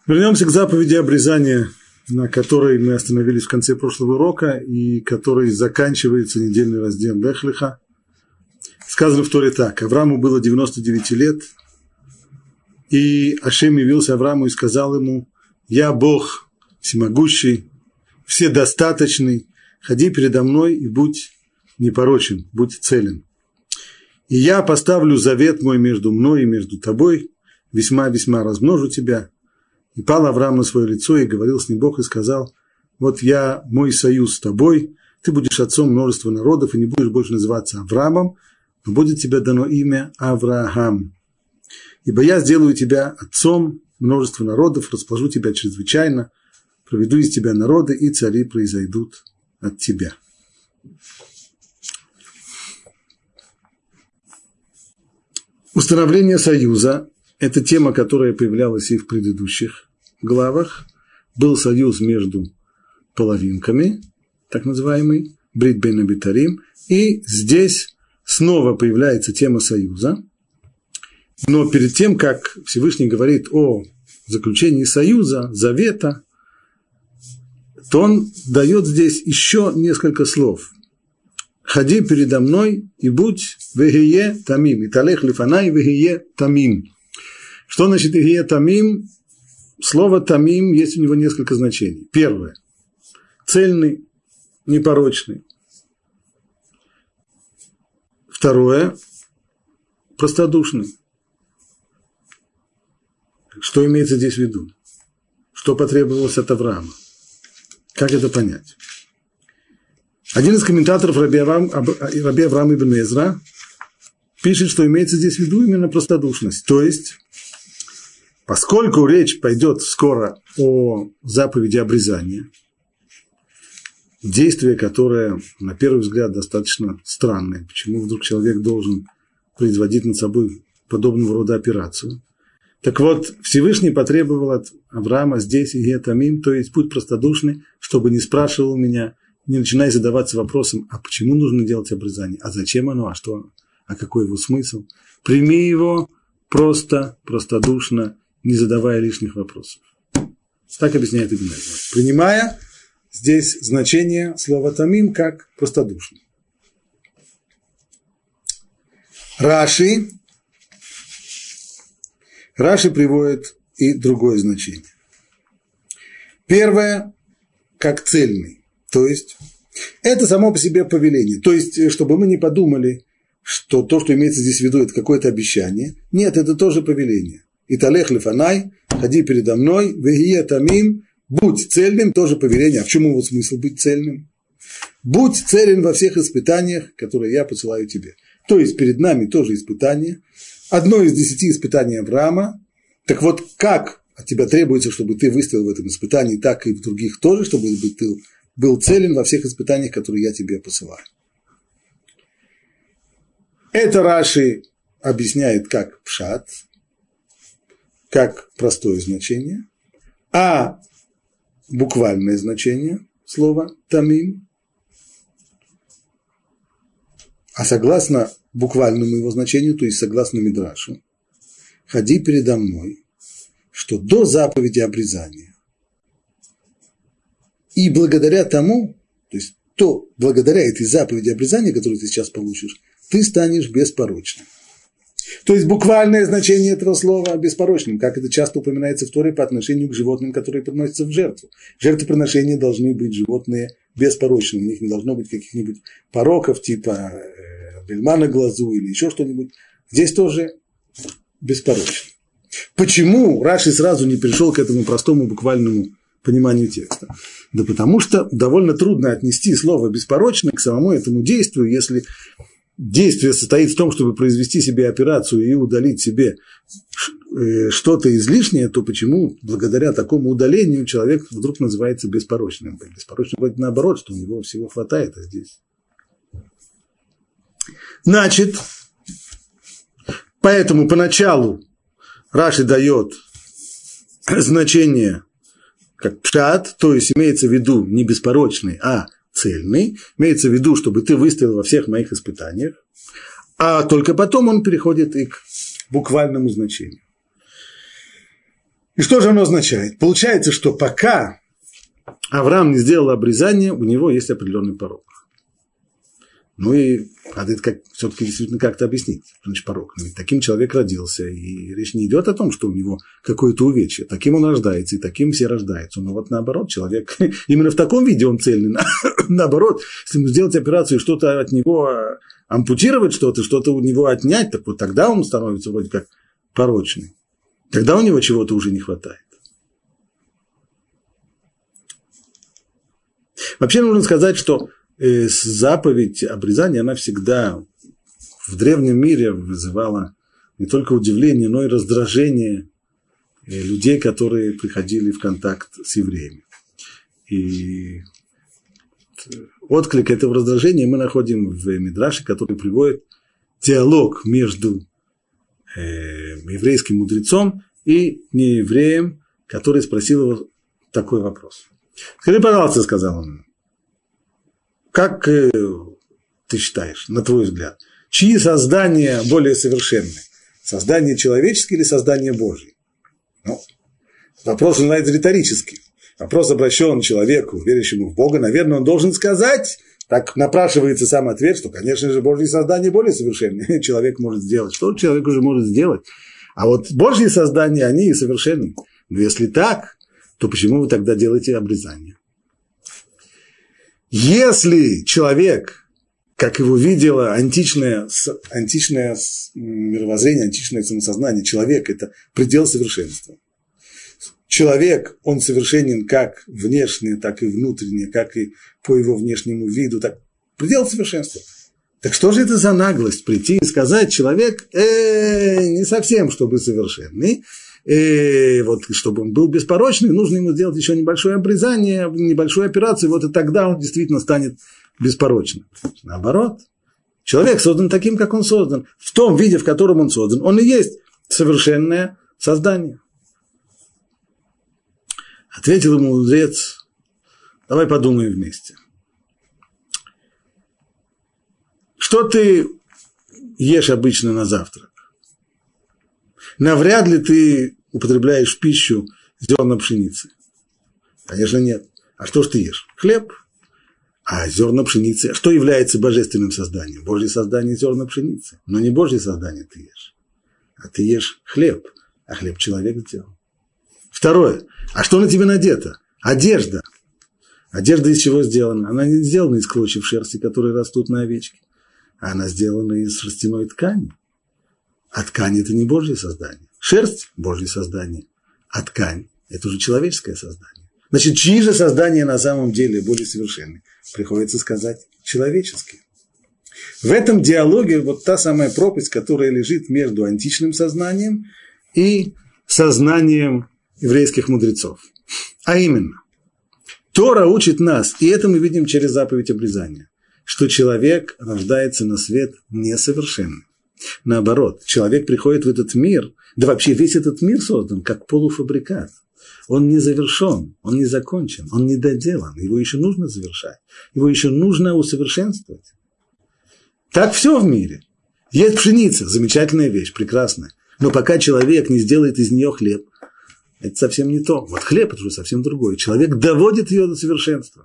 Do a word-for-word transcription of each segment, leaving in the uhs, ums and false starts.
Вернемся к заповеди обрезания, на которой мы остановились в конце прошлого урока и который заканчивается недельный раздел Лех Леха. Сказано в Торе так: Аврааму было девяносто девять лет, и Ашем явился Аврааму и сказал ему: «Я Бог всемогущий, вседостаточный, ходи передо мной и будь непорочен, будь целен. И я поставлю завет мой между мной и между тобой, весьма-весьма размножу тебя». И пал Авраам на свое лицо, и говорил с ним Бог, и сказал: «Вот я, мой союз с тобой, ты будешь отцом множества народов, и не будешь больше называться Авраамом, но будет тебе дано имя Авраам. Ибо я сделаю тебя отцом множества народов, расположу тебя чрезвычайно, проведу из тебя народы, и цари произойдут от тебя». Установление союза – это тема, которая появлялась и в предыдущих главах. Был союз между половинками, так называемый Брит бейн абитарим, и здесь снова появляется тема союза. Но перед тем, как Всевышний говорит о заключении союза, завета, то он дает здесь еще несколько слов. «Ходи передо мной и будь вегие тамим, и талех лифанай вегие тамим». Что значит вегие тамим? Слово тамим есть у него несколько значений. Первое – цельный, непорочный. Второе – простодушный. Что имеется здесь в виду? Что потребовалось от Авраама? Как это понять? Один из комментаторов Раби Авраам, Раби Авраам ибн Эзра пишет, что имеется здесь в виду именно простодушность. То есть, поскольку речь пойдет скоро о заповеди обрезания, действие, которое, на первый взгляд, достаточно странное, почему вдруг человек должен производить над собой подобного рода операцию. Так вот, Всевышний потребовал от Авраама здесь и тамим, то есть будь простодушный, чтобы не спрашивал меня, не начинай задаваться вопросом: а почему нужно делать обрезание, а зачем оно, а что, а какой его смысл. Прими его просто, простодушно, не задавая лишних вопросов. Так объясняет Ибн Эзра, принимая здесь значение слова тамим как простодушный. Раши Раши приводит и другое значение. Первое – как цельный. То есть, это само по себе повеление. То есть, чтобы мы не подумали, что то, что имеется здесь в виду, это какое-то обещание. Нет, это тоже повеление. «Италех лифанай», «Ходи передо мной», «Вегие тамим», «Будь цельным», тоже повеление. А в чем его смысл быть цельным? «Будь целен во всех испытаниях, которые я посылаю тебе». То есть, перед нами тоже испытание. Одно из десяти испытаний Авраама. Так вот, как от тебя требуется, чтобы ты выстоял в этом испытании, так и в других тоже, чтобы ты был целен во всех испытаниях, которые я тебе посылаю. Это Раши объясняет как пшат, как простое значение, а буквальное значение слова тамим, а согласно буквальному его значению, то есть согласно Мидрашу, ходи передо мной, что до заповеди обрезания и благодаря тому, то есть то, благодаря этой заповеди обрезания, которую ты сейчас получишь, ты станешь беспорочным. То есть буквальное значение этого слова беспорочным, как это часто упоминается в Торе по отношению к животным, которые приносятся в жертву. Жертвоприношения должны быть животные беспорочными, у них не должно быть каких-нибудь пороков, типа бельма на глазу или еще что-нибудь. Здесь тоже беспорочно. Почему Раши сразу не перешел к этому простому буквальному пониманию текста? Да потому что довольно трудно отнести слово «беспорочно» к самому этому действию, если действие состоит в том, чтобы произвести себе операцию и удалить себе что-то излишнее, то почему благодаря такому удалению человек вдруг называется беспорочным? Беспорочным будет наоборот, что у него всего хватает, а здесь. Значит, поэтому поначалу Раши дает значение как пшат, то есть имеется в виду не беспорочный, а цельный, имеется в виду, чтобы ты выстоял во всех моих испытаниях, а только потом он переходит и к буквальному значению. И что же оно означает? Получается, что пока Авраам не сделал обрезание, у него есть определенный порог. Ну и надо это как, все-таки действительно как-то объяснить. Значит, порог. Ведь таким человек родился, и речь не идет о том, что у него какое-то увечье. Таким он рождается, и таким все рождаются. Но вот наоборот, человек именно в таком виде он цельный. Наоборот, если ему сделать операцию и что-то от него ампутировать, что-то, что-то у него отнять, так вот тогда он становится вроде как порочный. Тогда у него чего-то уже не хватает. Вообще нужно сказать, что заповедь обрезания, она всегда в древнем мире вызывала не только удивление, но и раздражение людей, которые приходили в контакт с евреями. И отклик этого раздражения мы находим в Мидраше, который приводит диалог между еврейским мудрецом и неевреем, который спросил его такой вопрос. «Скажи, пожалуйста, — сказал он, — как э, ты считаешь, на твой взгляд, чьи создания более совершенны? Создание человеческое или создание Божье?» Ну, вопрос называется риторический. Вопрос обращен человеку, верящему в Бога. Наверное, он должен сказать, так напрашивается сам ответ, что, конечно же, Божьи создания более совершенны. Человек может сделать. Что человек уже может сделать? А вот Божьи создания, они и совершенны. Но если так, то почему вы тогда делаете обрезание? Если человек, как его видело античное, античное мировоззрение, античное самосознание, человек – это предел совершенства. Человек, он совершенен как внешне, так и внутренне, как и по его внешнему виду, так предел совершенства. Так что же это за наглость прийти и сказать, человек э, не совсем, чтобы совершенный, и вот, чтобы он был беспорочный, нужно ему сделать еще небольшое обрезание, небольшую операцию, вот и тогда он действительно станет беспорочным. Наоборот, человек создан таким, как он создан, в том виде, в котором он создан, он и есть совершенное создание. Ответил ему мудрец, давай подумаем вместе. Что ты ешь обычно на завтрак? Навряд ли ты употребляешь в пищу зерна пшеницы. Конечно, нет. А что ж ты ешь? Хлеб. А зерна пшеницы. Что является божественным созданием? Божье создание зерна пшеницы. Но не Божье создание ты ешь. А ты ешь хлеб. А хлеб человек сделал. Второе. А что на тебе надето? Одежда. Одежда из чего сделана? Она не сделана из клочьев шерсти, которые растут на овечке. А она сделана из шерстяной ткани. А ткань – это не Божье создание. Шерсть – Божье создание. А ткань – это уже человеческое создание. Значит, чьи же создания на самом деле более совершенны? Приходится сказать человеческие. В этом диалоге вот та самая пропасть, которая лежит между античным сознанием и сознанием еврейских мудрецов. А именно, Тора учит нас, и это мы видим через заповедь обрезания, что человек рождается на свет несовершенным. Наоборот, человек приходит в этот мир, да вообще весь этот мир создан как полуфабрикат. Он не завершен, он не закончен, он не доделан, его еще нужно завершать, его еще нужно усовершенствовать. Так все в мире. Есть пшеница, замечательная вещь, прекрасная, но пока человек не сделает из нее хлеб, это совсем не то. Вот хлеб – это уже совсем другое. Человек доводит ее до совершенства.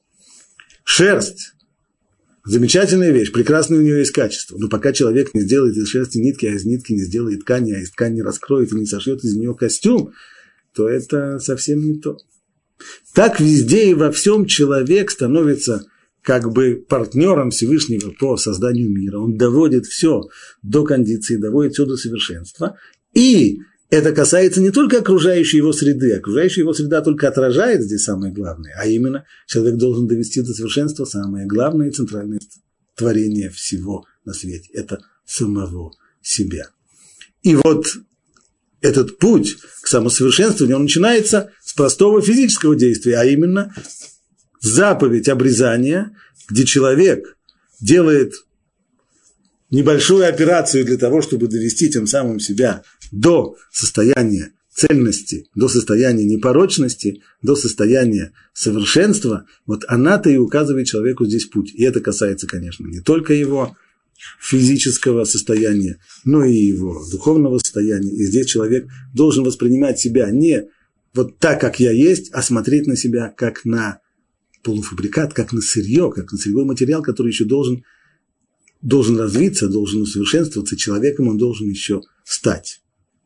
Шерсть. Замечательная вещь, прекрасное у нее есть качество. Но пока человек не сделает из шерсти нитки, а из нитки не сделает ткани, а из ткани не раскроет и не сошьет из нее костюм, то это совсем не то. Так везде и во всем человек становится как бы партнером Всевышнего по созданию мира. Он доводит все до кондиции, доводит все до совершенства. И это касается не только окружающей его среды. Окружающая его среда только отражает здесь самое главное. А именно, человек должен довести до совершенства самое главное и центральное творение всего на свете. Это самого себя. И вот этот путь к самосовершенствованию, он начинается с простого физического действия, а именно заповедь обрезания, где человек делает небольшую операцию для того, чтобы довести тем самым себя до состояния цельности, до состояния непорочности, до состояния совершенства, вот она-то и указывает человеку здесь путь. И это касается, конечно, не только его физического состояния, но и его духовного состояния. И здесь человек должен воспринимать себя не вот так, как я есть, а смотреть на себя как на полуфабрикат, как на сырье, как на сырьевой материал, который еще должен, должен развиться, должен усовершенствоваться. Человеком он должен еще стать.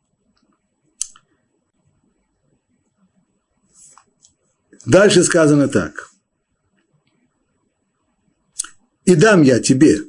Дальше сказано так. «И дам я тебе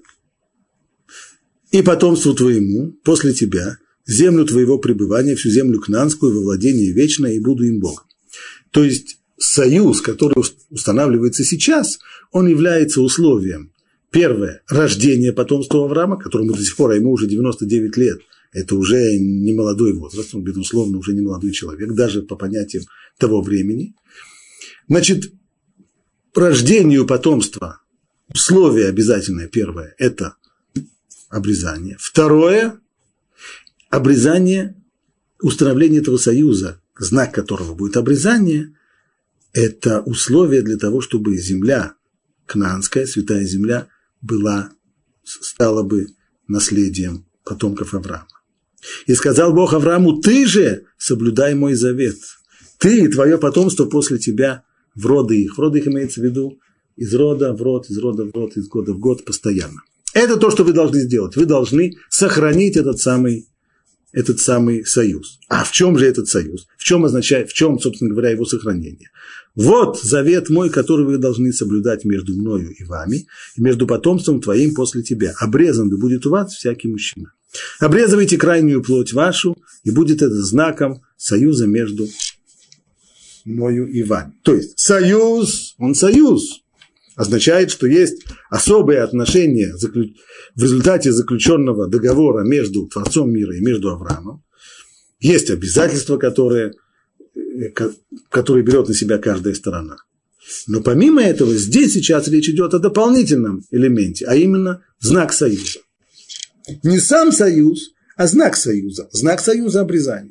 и потомству твоему после тебя землю твоего пребывания, всю землю кнаанскую во владение вечное, и буду им Богом». То есть союз, который устанавливается сейчас, он является условием. Первое – рождение потомства Авраама, которому до сих пор, а ему уже девяносто девять лет. Это уже не молодой возраст, он, безусловно, уже не молодой человек, даже по понятиям того времени. Значит, рождению потомства условие обязательное, первое – это обрезание. Второе – обрезание, установление этого союза, знак которого будет обрезание – это условие для того, чтобы земля кнаанская, святая земля, была, стала бы наследием потомков Авраама. И сказал Бог Аврааму: ты же соблюдай мой завет, ты и твое потомство после тебя в роды их. В роды их имеется в виду из рода в род, из рода в род, из года в год постоянно. Это то, что вы должны сделать. Вы должны сохранить этот самый, этот самый союз. А в чем же этот союз? В чем означает, в чем, собственно говоря, его сохранение? Вот завет мой, который вы должны соблюдать между мною и вами, и между потомством твоим после тебя. Обрезан да будет у вас всякий мужчина. Обрезывайте крайнюю плоть вашу, и будет это знаком союза между мною и вами. То есть союз, он союз, означает, что есть особые отношения в результате заключенного договора между Творцом мира и между Авраамом. Есть обязательства, которые, которые берет на себя каждая сторона. Но помимо этого, здесь сейчас речь идет о дополнительном элементе, а именно знак союза. Не сам союз, а знак союза. Знак союза обрезания.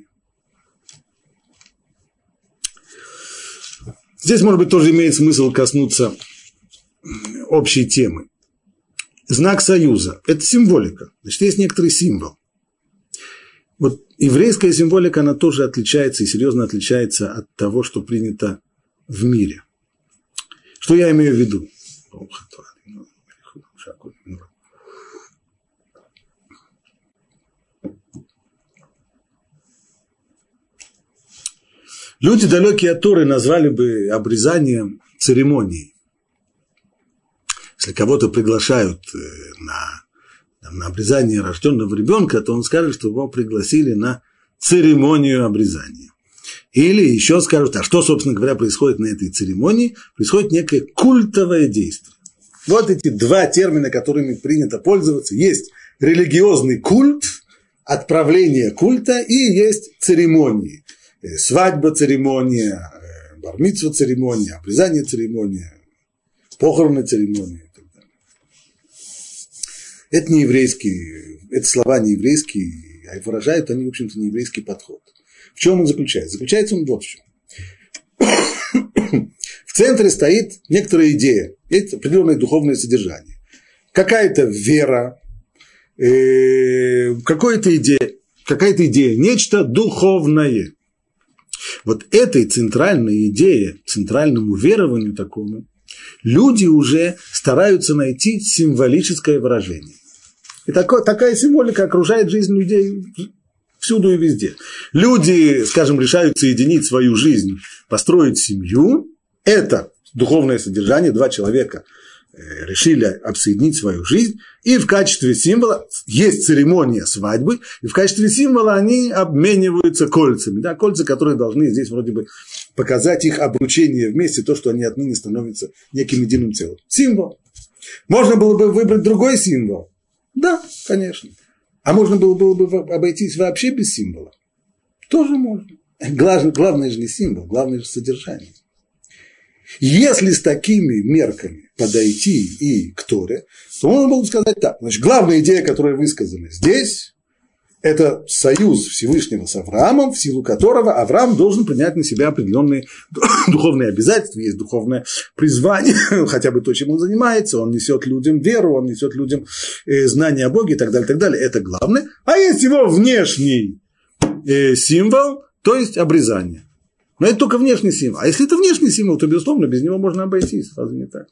Здесь, может быть, тоже имеет смысл коснуться общей темы. Знак союза – это символика. Значит, есть некоторый символ. Вот еврейская символика, она тоже отличается и серьезно отличается от того, что принято в мире. Что я имею в виду? Люди, далекие от Торы, назвали бы обрезанием церемонией. Если кого-то приглашают на, на обрезание рожденного ребенка, то он скажет, что его пригласили на церемонию обрезания. Или еще скажут, а что, собственно говоря, происходит на этой церемонии? Происходит некое культовое действие. Вот эти два термина, которыми принято пользоваться. Есть религиозный культ, отправление культа, и есть церемонии. Свадьба церемония, бар-мицва церемония, обрезание церемония, похороны церемония и так далее. Это не еврейский, это слова не еврейские, а выражают они, в общем-то, не еврейский подход. В чем он заключается? Заключается он вот в чем. В центре стоит некоторая идея, есть определенное духовное содержание. Какая-то вера, э, какая-то идея, какая-то идея, нечто духовное. Вот этой центральной идее, центральному верованию такому, люди уже стараются найти символическое выражение. И такое, такая символика окружает жизнь людей всюду и везде. Люди, скажем, решают соединить свою жизнь, построить семью. Это духовное содержание. Два человека решили обсоединить свою жизнь. И в качестве символа есть церемония свадьбы. И в качестве символа они обмениваются кольцами. Да, кольца, которые должны здесь вроде бы показать их обручение вместе, то, что они отныне становятся неким единым целым. Символ. Можно было бы выбрать другой символ? Да, конечно. А можно было, было бы обойтись вообще без символа? Тоже можно. Главное, главное же не символ, главное же содержание. Если с такими мерками подойти и к Торе, то можно было бы сказать так. Значит, главная идея, которая высказана здесь, это союз Всевышнего с Авраамом, в силу которого Авраам должен принять на себя определенные духовные обязательства, есть духовное призвание, хотя бы то, чем он занимается, он несет людям веру, он несет людям знания о Боге и так далее, и так далее, это главное. А есть его внешний символ, то есть обрезание. Но это только внешний символ. А если это внешний символ, то, безусловно, без него можно обойтись, разве не так?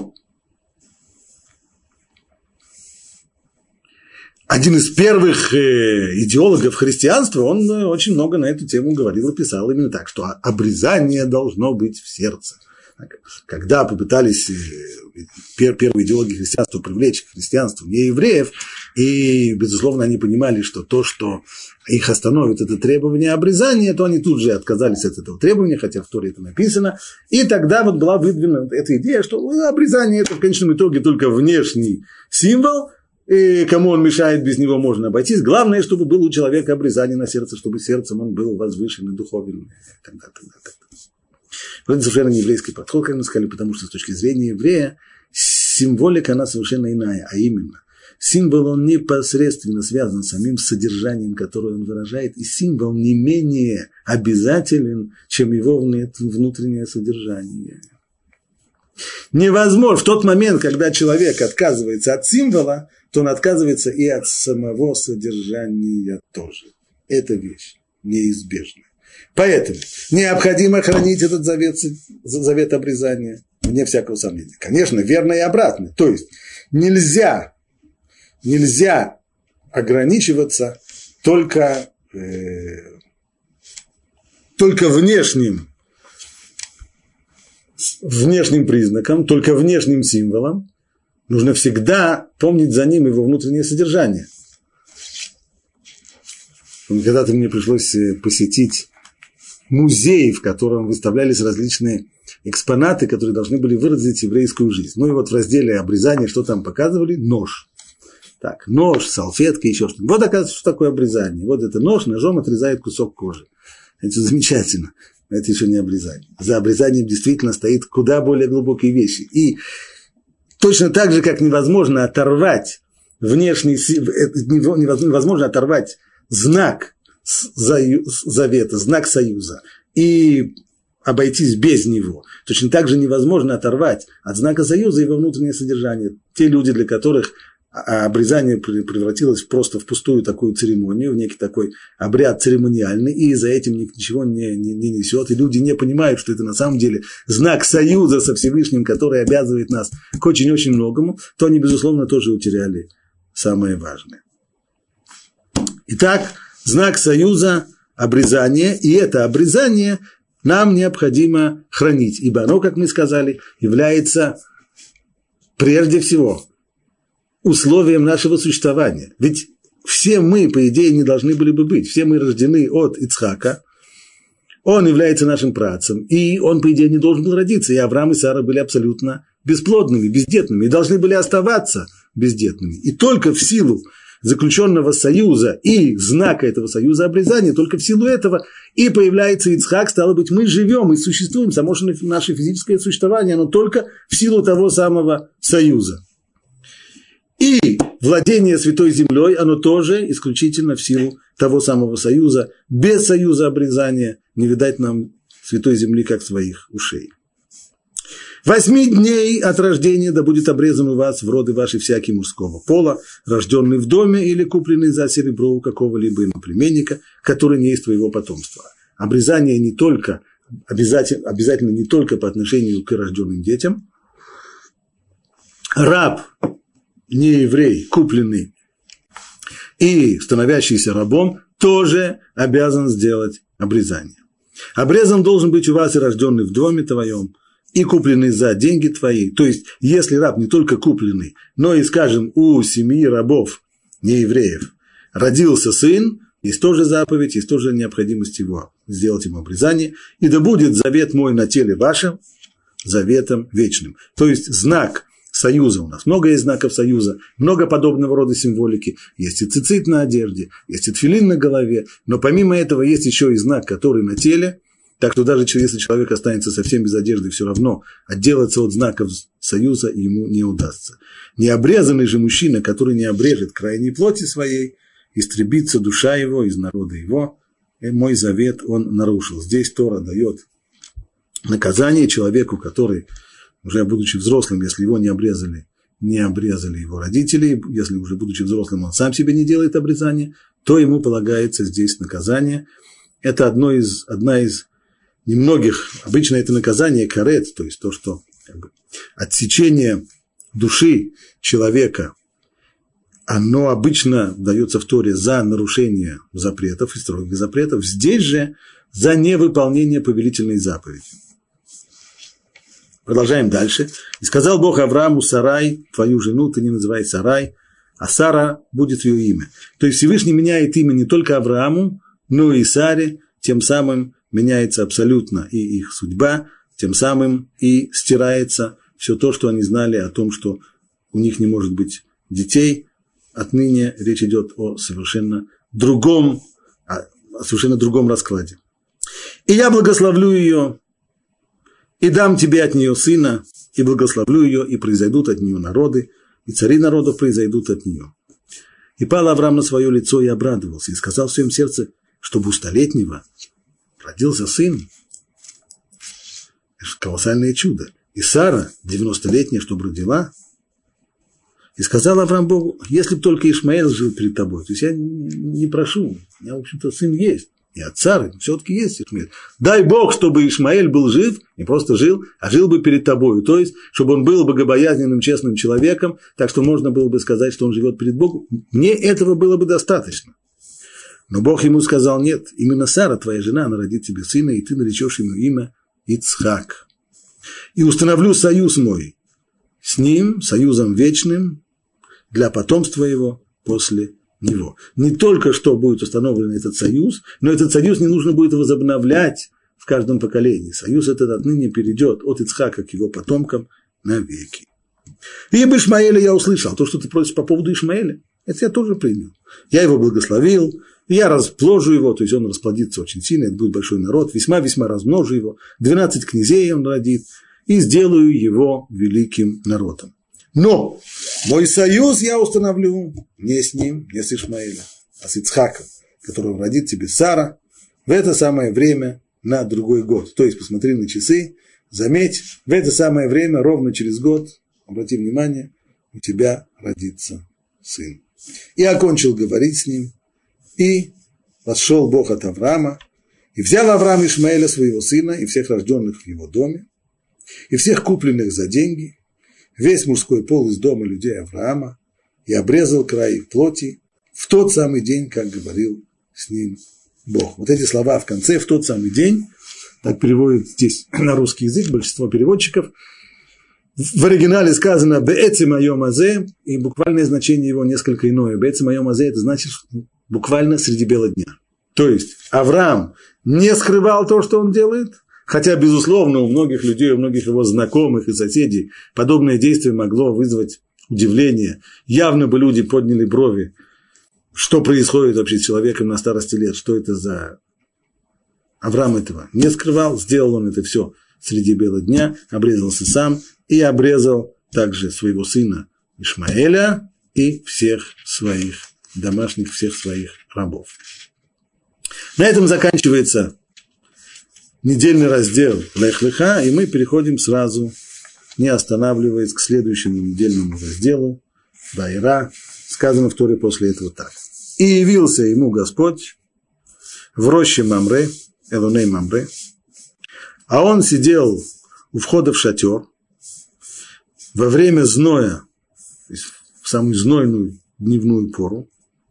Один из первых идеологов христианства, он очень много на эту тему говорил и писал именно так, что обрезание должно быть в сердце. Когда попытались первые идеологи христианства привлечь к христианству неевреев, и, безусловно, они понимали, что то, что их остановит, это требование обрезания, то они тут же отказались от этого требования, хотя в Торе это написано. И тогда вот была выдвинута эта идея, что обрезание – это в конечном итоге только внешний символ, и кому он мешает, без него можно обойтись. Главное, чтобы было у человека обрезание на сердце, чтобы сердцем он был возвышен и духовен. Тогда, тогда, тогда. Это совершенно не еврейский подход, как мы сказали, потому что с точки зрения еврея символика, она совершенно иная, а именно символ, он непосредственно связан с самим содержанием, которое он выражает, и символ не менее обязателен, чем его внутреннее содержание. Невозможно, в тот момент, когда человек отказывается от символа, то он отказывается и от самого содержания тоже. Это вещь неизбежная. Поэтому необходимо хранить этот завет, завет обрезания, вне всякого сомнения. Конечно, верно и обратно. То есть нельзя, нельзя ограничиваться только, э, только внешним, внешним признаком, только внешним символом. Нужно всегда помнить за ним его внутреннее содержание. Когда-то мне пришлось посетить музей, в котором выставлялись различные экспонаты, которые должны были выразить еврейскую жизнь. Ну и вот в разделе обрезания, что там показывали? Нож. Так, нож, салфетка, еще что-то. Вот оказывается, что такое обрезание. Вот это нож, ножом отрезает кусок кожи. Это замечательно. Но это еще не обрезание. За обрезанием действительно стоит куда более глубокие вещи. И точно так же, как невозможно оторвать внешний, невозможно оторвать знак завета, знак союза и обойтись без него. Точно так же невозможно оторвать от знака союза его внутреннее содержание. Те люди, для которых обрезание превратилось просто в пустую такую церемонию, в некий такой обряд церемониальный, и за этим ничего не, не, не несет, и люди не понимают, что это на самом деле знак союза со Всевышним, который обязывает нас к очень-очень многому, то они, безусловно, тоже утеряли самое важное. Итак, знак союза – обрезание, и это обрезание нам необходимо хранить, ибо оно, как мы сказали, является прежде всего условием нашего существования. Ведь все мы, по идее, не должны были бы быть. Все мы рождены от Ицхака. Он является нашим працем. И он, по идее, не должен был родиться. И Авраам и Сара были абсолютно бесплодными, бездетными. И должны были оставаться бездетными. И только в силу заключенного союза и знака этого союза обрезания, только в силу этого и появляется Ицхак. Стало быть, мы живем и существуем. Само наше физическое существование, оно только в силу того самого союза. И владение Святой Землей, оно тоже исключительно в силу того самого союза. Без союза обрезания не видать нам Святой Земли, как своих ушей. Восьми дней от рождения да будет обрезан у вас в роды ваши всякий мужского пола, рожденный в доме или купленный за серебро у какого-либо иноплеменника, который не из твоего потомства. Обрезание не только, обязательно, обязательно не только по отношению к рожденным детям. Раб, не еврей, купленный и становящийся рабом, тоже обязан сделать обрезание. Обрезан должен быть у вас и рожденный в доме твоем, и купленный за деньги твои. То есть, если раб не только купленный, но и, скажем, у семьи рабов, не евреев, родился сын, есть тоже заповедь, есть тоже необходимость его сделать ему обрезание. И да будет завет мой на теле вашем заветом вечным. То есть, знак союза у нас. Много есть знаков союза, много подобного рода символики. Есть и цицит на одежде, есть и тфилин на голове, но помимо этого есть еще и знак, который на теле. Так что даже если человек останется совсем без одежды, все равно отделаться от знаков союза ему не удастся. Необрезанный же мужчина, который не обрежет крайней плоти своей, истребится душа его из народа его, и мой завет он нарушил. Здесь Тора дает наказание человеку, который, уже будучи взрослым, если его не обрезали, не обрезали его родители, если уже будучи взрослым он сам себе не делает обрезание, то ему полагается здесь наказание. Это одно из, одна из немногих, обычно это наказание карет, то есть то, что как бы, отсечение души человека, оно обычно дается в Торе за нарушение запретов и строгих запретов, здесь же за невыполнение повелительной заповеди. Продолжаем дальше. «И сказал Бог Аврааму: Сарай, твою жену ты не называй Сарай, а Сара будет ее имя». То есть Всевышний меняет имя не только Аврааму, но и Саре, тем самым меняется абсолютно и их судьба, тем самым и стирается все то, что они знали о том, что у них не может быть детей. Отныне речь идет о совершенно другом, о совершенно другом раскладе. «И я благословлю ее, и дам тебе от нее сына, и благословлю ее, и произойдут от нее народы, и цари народов произойдут от нее». И пал Авраам на свое лицо и обрадовался, и сказал в своем сердце, чтобы у столетнего родился сын. Это колоссальное чудо. И Сара, девяностолетняя, чтобы родила. И сказал Авраам Богу: если бы только Ишмаэль жил перед тобой, то есть я не прошу, у меня, в общем-то, сын есть, и от Сары все-таки есть Ишмаэль. Дай Бог, чтобы Ишмаэль был жив, не просто жил, а жил бы перед тобой, то есть, чтобы он был богобоязненным, честным человеком, так что можно было бы сказать, что он живет перед Богом. Мне этого было бы достаточно. Но Бог ему сказал: нет, именно Сара, твоя жена, она родит тебе сына, и ты наречешь ему имя Ицхак. И установлю союз мой с ним, союзом вечным, для потомства его после него. Не только что будет установлен этот союз, но этот союз не нужно будет возобновлять в каждом поколении. Союз этот отныне перейдет от Ицхака к его потомкам навеки. И об Ишмаэле я услышал. То, что ты просишь по поводу Ишмаэля, это я тоже принял. Я его благословил, я размножу его, то есть он расплодится очень сильно, это будет большой народ, весьма-весьма размножу его, двенадцать князей он родит, и сделаю его великим народом. Но мой союз я установлю не с ним, не с Ишмаэлем, а с Ицхаком, которого родит тебе Сара в это самое время на другой год. То есть посмотри на часы, заметь, в это самое время, ровно через год, обрати внимание, у тебя родится сын. И окончил говорить с ним, и пошел Бог от Авраама, и взял Авраам Ишмаэля своего сына и всех рожденных в его доме, и всех купленных за деньги, весь мужской пол из дома людей Авраама, и обрезал край их плоти в тот самый день, как говорил с ним Бог. Вот эти слова в конце, в тот самый день, так переводят здесь на русский язык большинство переводчиков. В оригинале сказано «беэцем айом азе», и буквальное значение его несколько иное. «Беэцем айом азе» – это значит буквально среди бела дня. То есть Авраам не скрывал то, что он делает, хотя, безусловно, у многих людей, у многих его знакомых и соседей подобное действие могло вызвать удивление. Явно бы люди подняли брови, что происходит вообще с человеком на старости лет, что это за... Авраам этого не скрывал, сделал он это все среди бела дня, обрезался сам и обрезал также своего сына Ишмаэля и всех своих домашних, всех своих рабов. На этом заканчивается недельный раздел Лех Леха, и мы переходим сразу, не останавливаясь, к следующему недельному разделу Ваира. Сказано в Торе после этого так. «И явился ему Господь в роще Мамре, Элоней Мамре, а он сидел у входа в шатер во время зноя, в самую знойную дневную пору,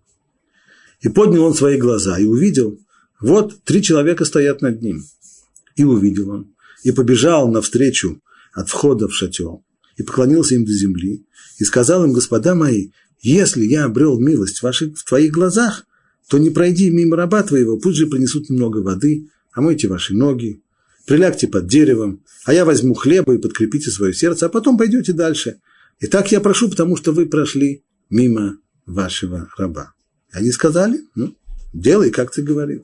и поднял он свои глаза и увидел, вот три человека стоят над ним. И увидел он, и побежал навстречу от входа в шатер, и поклонился им до земли, и сказал им: господа мои, если я обрел милость в, ваших, в твоих глазах, то не пройди мимо раба твоего, пусть же принесут немного воды, омойте ваши ноги, прилягте под деревом, а я возьму хлеба и подкрепите свое сердце, а потом пойдете дальше. И так я прошу, потому что вы прошли мимо вашего раба. И они сказали: ну, делай, как ты говорил.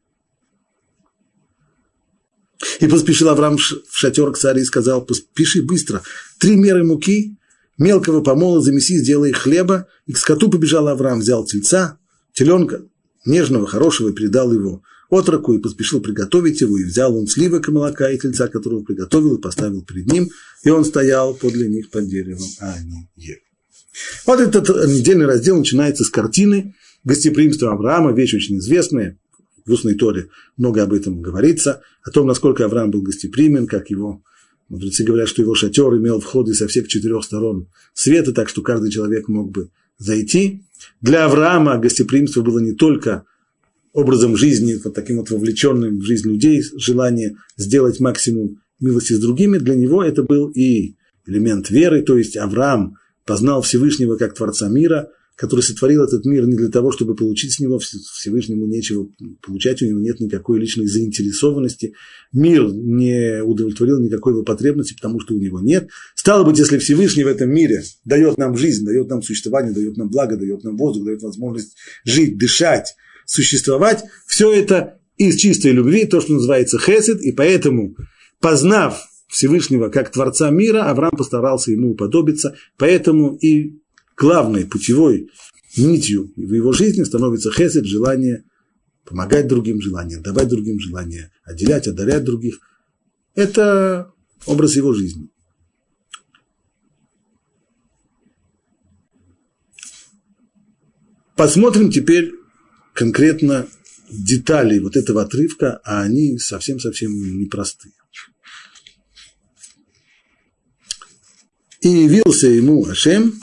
И поспешил Авраам в шатер к царю и сказал: поспеши быстро, три меры муки, мелкого помола замеси, сделай хлеба. И к скоту побежал Авраам, взял тельца, теленка нежного, хорошего, и передал его отроку, и поспешил приготовить его, и взял он сливок и молока, и тельца, которого приготовил, и поставил перед ним, и он стоял подле них под деревом, а они ели. Вот этот недельный раздел начинается с картины гостеприимства Авраама, вещь очень известная, в устной Торе много об этом говорится, о том, насколько Авраам был гостеприимен, как его, мудрецы говорят, что его шатер имел входы со всех четырех сторон света, так что каждый человек мог бы зайти. Для Авраама гостеприимство было не только образом жизни, вот таким вот вовлеченным в жизнь людей, желание сделать максимум милости с другими, для него это был и элемент веры, то есть Авраам познал Всевышнего как Творца мира, который сотворил этот мир не для того, чтобы получить с него, Всевышнему нечего получать, у него нет никакой личной заинтересованности, мир не удовлетворил никакой его потребности, потому что у него нет. Стало быть, если Всевышний в этом мире дает нам жизнь, дает нам существование, дает нам благо, дает нам воздух, дает возможность жить, дышать, существовать, все это из чистой любви, то, что называется хесед, и поэтому, познав Всевышнего как Творца мира, Авраам постарался ему уподобиться, поэтому и главной путевой нитью в его жизни становится хесед, желание помогать другим, желание давать другим, желание отделять, одарять других. Это образ его жизни. Посмотрим теперь конкретно детали вот этого отрывка, а они совсем-совсем непростые. И явился ему Ашем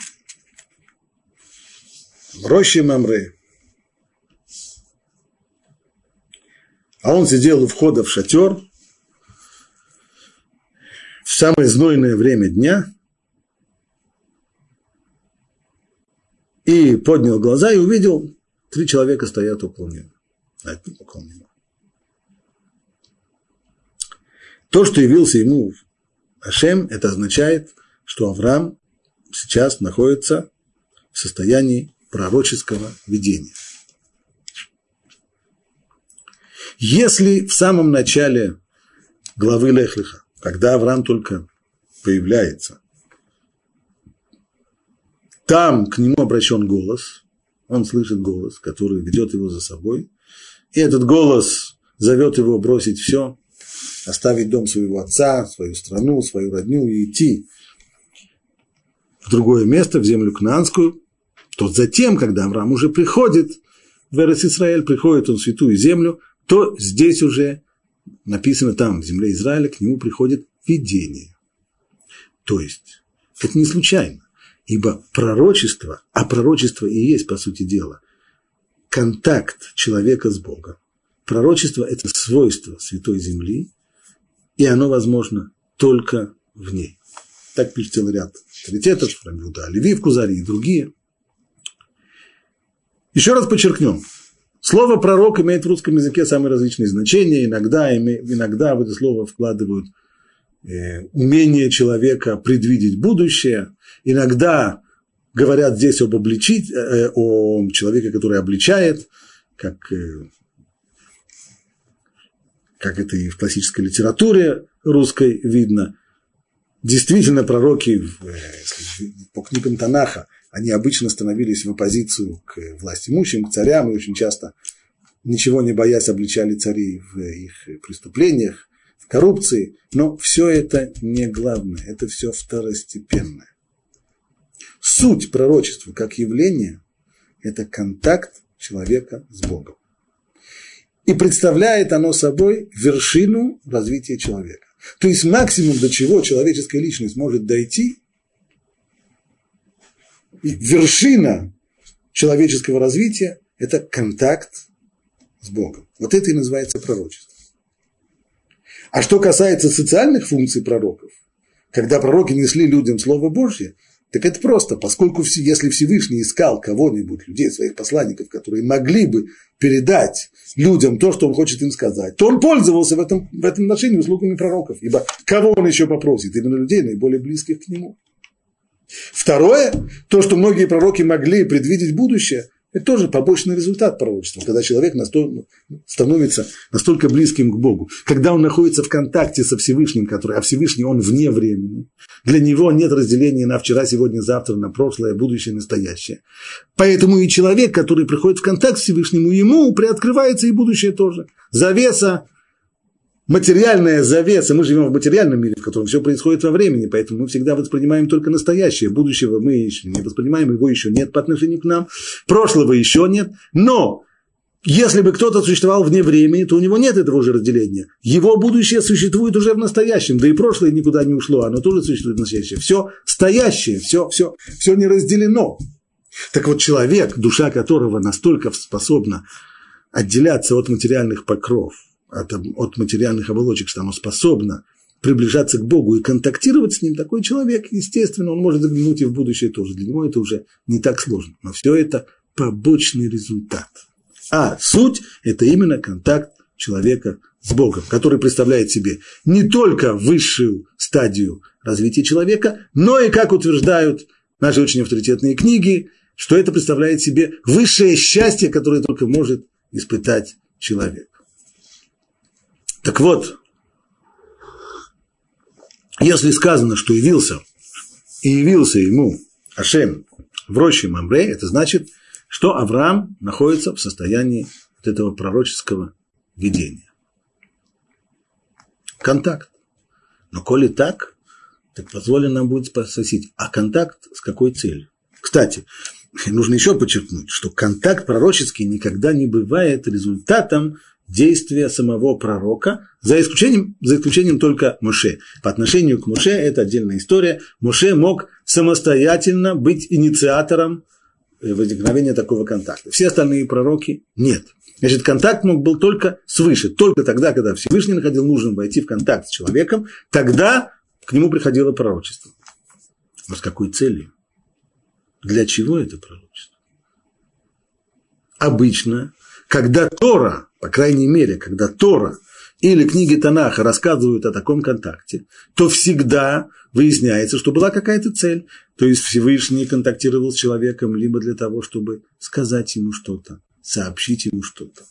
в роще Мамре. А он сидел у входа в шатер в самое знойное время дня и поднял глаза и увидел, три человека стоят около него. около него. То, что явился ему Ашем, это означает, что Авраам сейчас находится в состоянии пророческого видения. Если в самом начале главы Лех Леха, когда Авраам только появляется, там к нему обращен голос, он слышит голос, который ведет его за собой, и этот голос зовет его бросить все, оставить дом своего отца, свою страну, свою родню и идти в другое место, в землю Кнаанскую, то затем, когда Авраам уже приходит в Эрец-Исраэль, приходит он в святую землю, то здесь уже написано там, в земле Израиля, к нему приходит видение. То есть, это не случайно, ибо пророчество, а пророчество и есть, по сути дела, контакт человека с Богом. Пророчество – это свойство святой земли, и оно возможно только в ней. Так пишет целый ряд авторитетов, Раби Иуда Алеви в Кузари и другие. Еще раз подчеркнем. Слово «пророк» имеет в русском языке самые различные значения. Иногда, иногда в это слово вкладывают э, умение человека предвидеть будущее. Иногда говорят здесь об обличить, э, о человеке, который обличает, как, э, как это и в классической литературе русской видно. Действительно, пророки по книгам Танаха, они обычно становились в оппозицию к властимущим, к царям, и очень часто, ничего не боясь, обличали царей в их преступлениях, в коррупции. Но все это не главное, это все второстепенное. Суть пророчества как явление – это контакт человека с Богом. И представляет оно собой вершину развития человека. То есть максимум, до чего человеческая личность может дойти, и вершина человеческого развития – это контакт с Богом. Вот это и называется пророчество. А что касается социальных функций пророков, когда пророки несли людям Слово Божье, так это просто, поскольку если Всевышний искал кого-нибудь, людей, своих посланников, которые могли бы передать людям то, что он хочет им сказать, то он пользовался в этом, в этом отношении услугами пророков, ибо кого он еще попросит? Именно людей, наиболее близких к нему. Второе, то, что многие пророки могли предвидеть будущее, Это тоже побочный результат пророчества, когда человек настолько, становится настолько близким к Богу, когда он находится в контакте со Всевышним, который, а Всевышний он вне времени. Для него нет разделения на вчера, сегодня, завтра, на прошлое, будущее, настоящее. Поэтому и человек, который приходит в контакт с Всевышним, ему приоткрывается и будущее тоже. Завеса, материальная завеса, мы живем в материальном мире, в котором все происходит во времени, поэтому мы всегда воспринимаем только настоящее. Будущего мы еще не воспринимаем, его еще нет по отношению к нам, прошлого еще нет. Но если бы кто-то существовал вне времени, то у него нет этого уже разделения. Его будущее существует уже в настоящем, да и прошлое никуда не ушло, оно тоже существует в настоящем. Все стоящее, все, все, все не разделено. Так вот, человек, душа которого настолько способна отделяться от материальных покров, От, от материальных оболочек, что оно способно приближаться к Богу и контактировать с Ним, такой человек, естественно, он может заглянуть и в будущее тоже. Для него это уже не так сложно. Но все это побочный результат. А суть – это именно контакт человека с Богом, который представляет себе не только высшую стадию развития человека, но и, как утверждают наши очень авторитетные книги, что это представляет себе высшее счастье, которое только может испытать человек. Так вот, если сказано, что явился, и явился ему Ашем в роще Мамре, это значит, что Авраам находится в состоянии вот этого пророческого видения. Контакт. Но коли так, так позволено нам будет спросить, а контакт с какой целью? Кстати, нужно еще подчеркнуть, что контакт пророческий никогда не бывает результатом действия самого пророка, за исключением, за исключением только Моше. По отношению к Моше это отдельная история. Моше мог самостоятельно быть инициатором возникновения такого контакта. Все остальные пророки нет. Значит, контакт мог был только свыше. Только тогда, когда Всевышний находил нужным войти в контакт с человеком, тогда к нему приходило пророчество. Но с какой целью? Для чего это пророчество? Обычно, когда Тора, по крайней мере, когда Тора или книги Танаха рассказывают о таком контакте, то всегда выясняется, что была какая-то цель. То есть Всевышний контактировал с человеком либо для того, чтобы сказать ему что-то, сообщить ему что-то.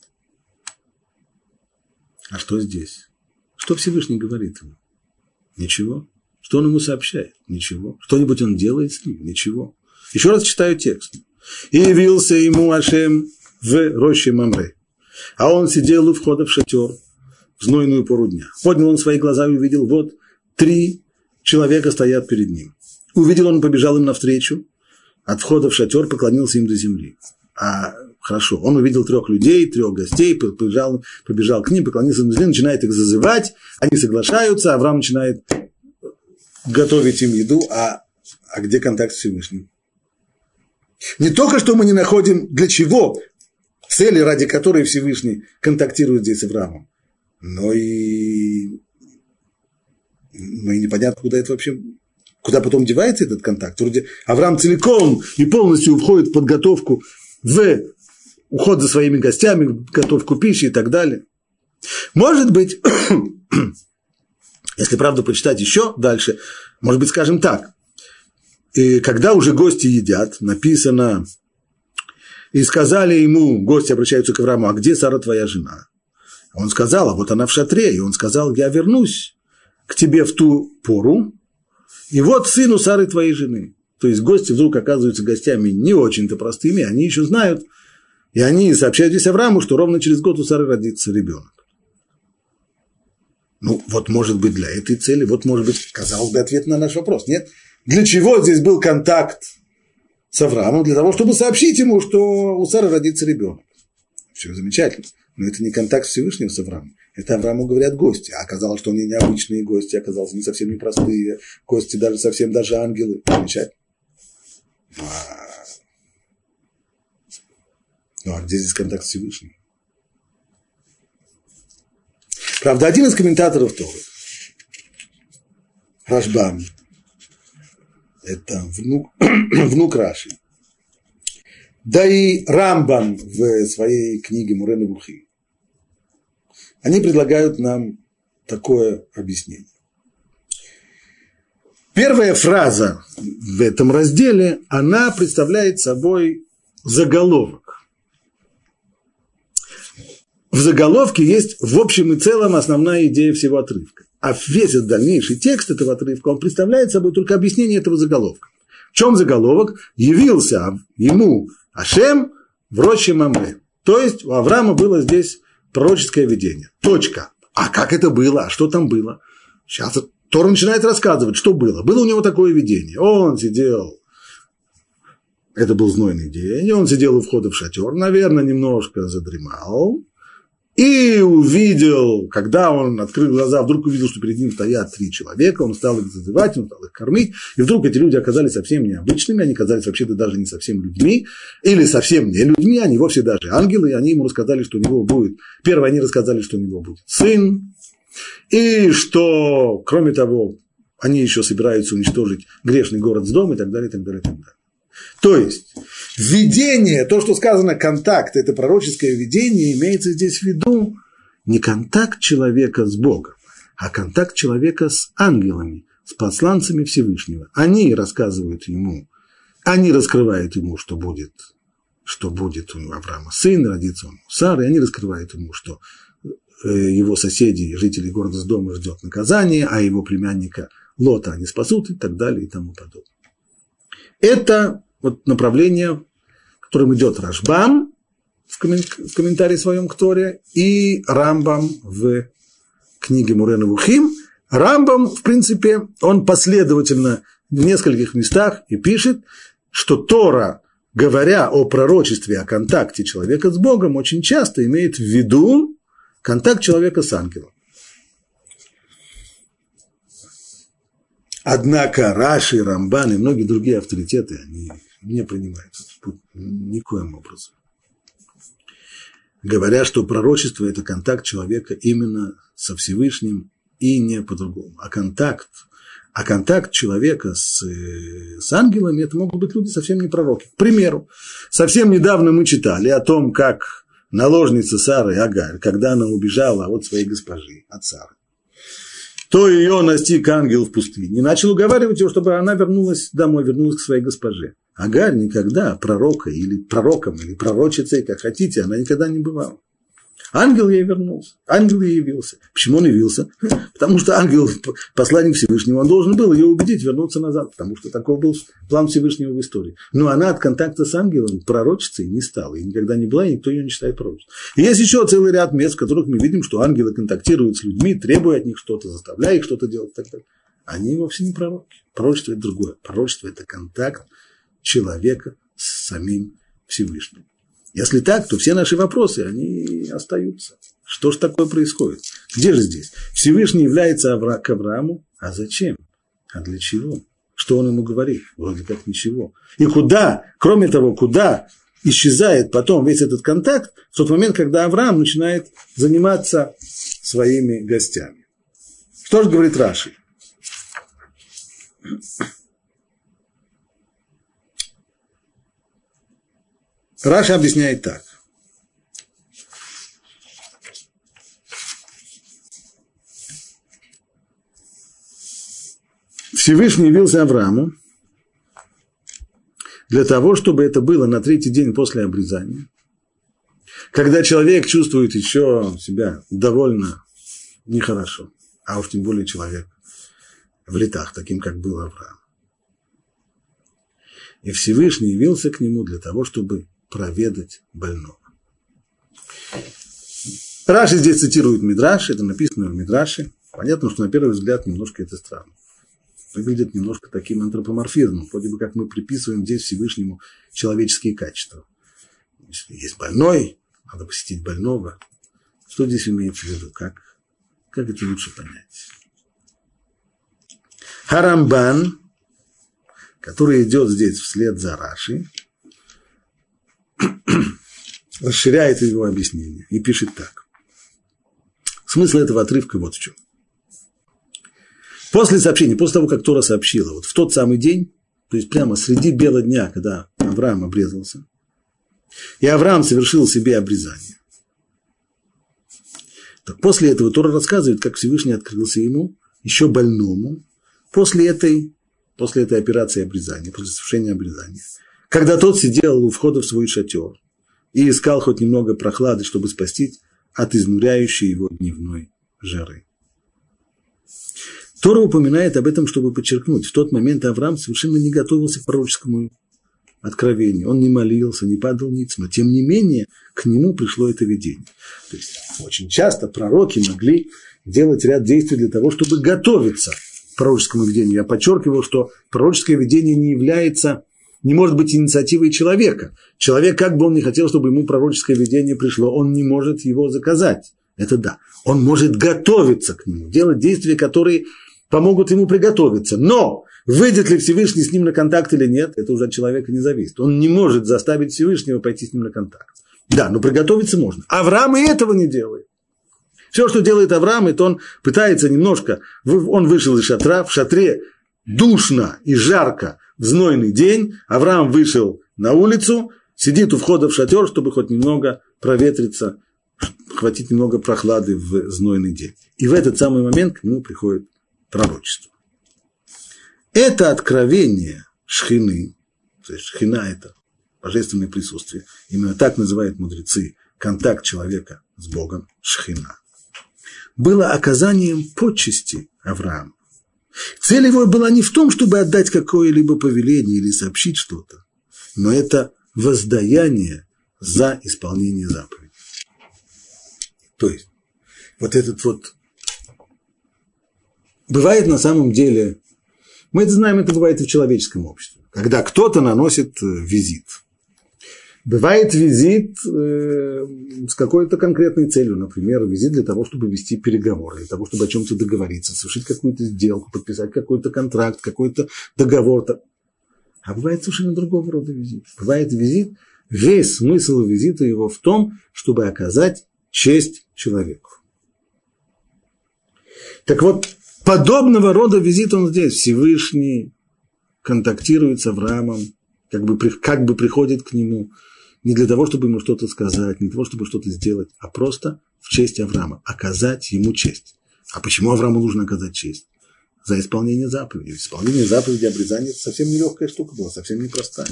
А что здесь? Что Всевышний говорит ему? Ничего. Что он ему сообщает? Ничего. Что-нибудь он делает с ним? Ничего. Еще раз читаю текст. «И явился ему Ашем в роще Мамре, а он сидел у входа в шатер в знойную пору дня. Поднял он свои глаза и увидел, вот, три человека стоят перед ним. Увидел он, побежал им навстречу, от входа в шатер поклонился им до земли». А хорошо, он увидел трех людей, трех гостей, побежал, побежал к ним, поклонился им до земли, начинает их зазывать, они соглашаются, Авраам начинает готовить им еду, а, а где контакт с Всевышним? Не только что мы не находим, для чего, цели, ради которой Всевышний контактирует здесь с Авраамом, но и, но и непонятно, куда это вообще, куда потом девается этот контакт. Вроде Авраам целиком и полностью входит в подготовку, в уход за своими гостями, в готовку пищи и так далее. Может быть, если правду почитать еще дальше, может быть, скажем так, и когда уже гости едят, написано, и сказали ему, гости обращаются к Аврааму, а где Сара твоя жена? Он сказал, а вот она в шатре, и он сказал, я вернусь к тебе в ту пору, и вот сыну Сары твоей жены. То есть гости вдруг оказываются гостями не очень-то простыми, они еще знают, и они сообщают здесь Аврааму, что ровно через год у Сары родится ребенок. Ну, вот может быть для этой цели, вот может быть, казалось бы, ответ на наш вопрос, нет? Для чего здесь был контакт с Авраамом? Для того, чтобы сообщить ему, что у Сары родится ребенок. Все замечательно. Но это не контакт Всевышнего с Авраамом. Это Аврааму говорят гости. А оказалось, что они необычные гости, оказалось, не совсем непростые гости, даже совсем даже ангелы. Замечательно. Ну а, ну, а где здесь контакт с Всевышним? Правда, один из комментаторов Торы, Рашбам, это внук, внук Раши, да и Рамбам в своей книге Муре Невухим, они предлагают нам такое объяснение. Первая фраза в этом разделе, она представляет собой заголовок. в заголовке есть в общем и целом основная идея всего отрывка. А весь этот дальнейший текст этого отрывка, он представляет собой только объяснение этого заголовка. В чем заголовок? Явился ему Ашем в роще Мамре. То есть у Авраама было здесь пророческое видение. Точка. А как это было? А что там было? Сейчас Тора начинает рассказывать, что было. Было у него такое видение. Он сидел, это был знойный день, он сидел у входа в шатер, наверное, немножко задремал. И увидел, когда он открыл глаза, вдруг увидел, что перед ним стоят три человека, он стал их зазывать, он стал их кормить, и вдруг эти люди оказались совсем необычными, они оказались вообще-то даже не совсем людьми, или совсем не людьми, они вовсе даже ангелы, и они ему рассказали, что у него будет, первое, они рассказали, что у него будет сын, и что, кроме того, они еще собираются уничтожить грешный город Сдом, и так далее, и так далее, и так далее. То есть, видение, то, что сказано контакт, это пророческое видение, имеется здесь в виду не контакт человека с Богом, а контакт человека с ангелами, с посланцами Всевышнего. Они рассказывают ему, они раскрывают ему, что будет, что будет у Авраама сын, родится он у Сары, они раскрывают ему, что его соседи, жители города Сдома ждет наказание, а его племянника Лота они спасут и так далее и тому подобное. Это вот направление, которым идет Рашбам в комментарии своем к Торе и Рамбам в книге Муре Невухим. Рамбам, в принципе, он последовательно в нескольких местах и пишет, что Тора, говоря о пророчестве, о контакте человека с Богом, очень часто имеет в виду контакт человека с ангелом. Однако Раши, Рамбан и многие другие авторитеты, они не принимают никоим образом. Говоря, что пророчество – это контакт человека именно со Всевышним и не по-другому. А контакт, а контакт человека с, с ангелами – это могут быть люди совсем не пророки. К примеру, совсем недавно мы читали о том, как наложница Сары Агарь, когда она убежала от своей госпожи, от Сары, то ее настиг ангел в пустыне и начал уговаривать ее, чтобы она вернулась домой, вернулась к своей госпоже. Агарь никогда пророка или пророком, или пророчицей, как хотите, она никогда не бывала. Ангел ей вернулся, ангел ей явился. Почему он явился? Потому что ангел, посланник Всевышнего, он должен был ее убедить вернуться назад, потому что такой был план Всевышнего в истории. Но она от контакта с ангелом пророчицей не стала, и никогда не была, и никто ее не считает пророчицей. И есть еще целый ряд мест, в которых мы видим, что ангелы контактируют с людьми, требуя от них что-то, заставляя их что-то делать и так далее. Они вовсе не пророки. Пророчество – это другое. Пророчество – это контакт человека с самим Всевышним. Если так, то все наши вопросы, они остаются. Что же такое происходит? Где же здесь? Всевышний является Авра- к Аврааму. А зачем? А для чего? Что он ему говорит? Вроде как ничего. И куда, кроме того, куда исчезает потом весь этот контакт в тот момент, когда Авраам начинает заниматься своими гостями. Что же говорит Раши? Раши объясняет так. Всевышний явился Аврааму для того, чтобы это было на третий день после обрезания, когда человек чувствует еще себя довольно нехорошо, а уж тем более человек в летах, таким, как был Авраам. И Всевышний явился к нему для того, чтобы проведать больного. Раши здесь цитирует Мидраш, это написано в Мидраше. Понятно, что на первый взгляд немножко это странно. Выглядит немножко таким антропоморфизмом, вроде бы как мы приписываем здесь Всевышнему человеческие качества. Если есть больной, надо посетить больного. Что здесь имеется в виду? Как, как это лучше понять? Харамбан, который идет здесь вслед за Раши, расширяет его объяснение и пишет так. Смысл этого отрывка вот в чем. После сообщения, после того, как Тора сообщила, вот в тот самый день, то есть прямо среди бела дня, когда Авраам обрезался, и Авраам совершил себе обрезание, так после этого Тора рассказывает, как Всевышний открылся ему, еще больному, после этой, после этой операции обрезания, после совершения обрезания, когда тот сидел у входа в свой шатер и искал хоть немного прохлады, чтобы спастись от изнуряющей его дневной жары. Тора упоминает об этом, чтобы подчеркнуть, в тот момент Авраам совершенно не готовился к пророческому откровению. Он не молился, не падал ниц, но тем не менее к нему пришло это видение. То есть очень часто пророки могли делать ряд действий для того, чтобы готовиться к пророческому видению. Я подчеркивал, что пророческое видение не является, не может быть инициативой человека. Человек, как бы он ни хотел, чтобы ему пророческое видение пришло, он не может его заказать. Это да. Он может готовиться к нему, делать действия, которые помогут ему приготовиться. Но выйдет ли Всевышний с ним на контакт или нет, это уже от человека не зависит. Он не может заставить Всевышнего пойти с ним на контакт. Да, но приготовиться можно. Авраам и этого не делает. Все, что делает Авраам, это он пытается немножко, он вышел из шатра, в шатре душно и жарко в знойный день, Авраам вышел на улицу, сидит у входа в шатер, чтобы хоть немного проветриться, хватить немного прохлады в знойный день. И в этот самый момент к нему приходит пророчество. Это откровение шхины, то есть шхина – это божественное присутствие, именно так называют мудрецы контакт человека с Богом, шхина, было оказанием почести Аврааму. Цель его была не в том, чтобы отдать какое-либо повеление или сообщить что-то, но это воздаяние за исполнение заповедей. То есть, вот этот вот бывает на самом деле, мы это знаем, это бывает и в человеческом обществе, когда кто-то наносит визит. Бывает визит э, с какой-то конкретной целью, например, визит для того, чтобы вести переговоры, для того, чтобы о чем-то договориться, совершить какую-то сделку, подписать какой-то контракт, какой-то договор. А бывает совершенно другого рода визит. Бывает визит, весь смысл визита его в том, чтобы оказать честь человеку. Так вот, подобного рода визит он здесь. Всевышний контактирует с Авраамом, как бы, как бы приходит к нему не для того, чтобы ему что-то сказать, не для того, чтобы что-то сделать, а просто в честь Авраама, оказать ему честь. А почему Аврааму нужно оказать честь? За исполнение заповедей. Исполнение заповеди обрезания – это совсем нелегкая штука была, совсем непростая.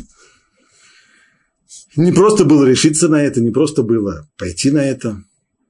Не просто было решиться на это, не просто было пойти на это.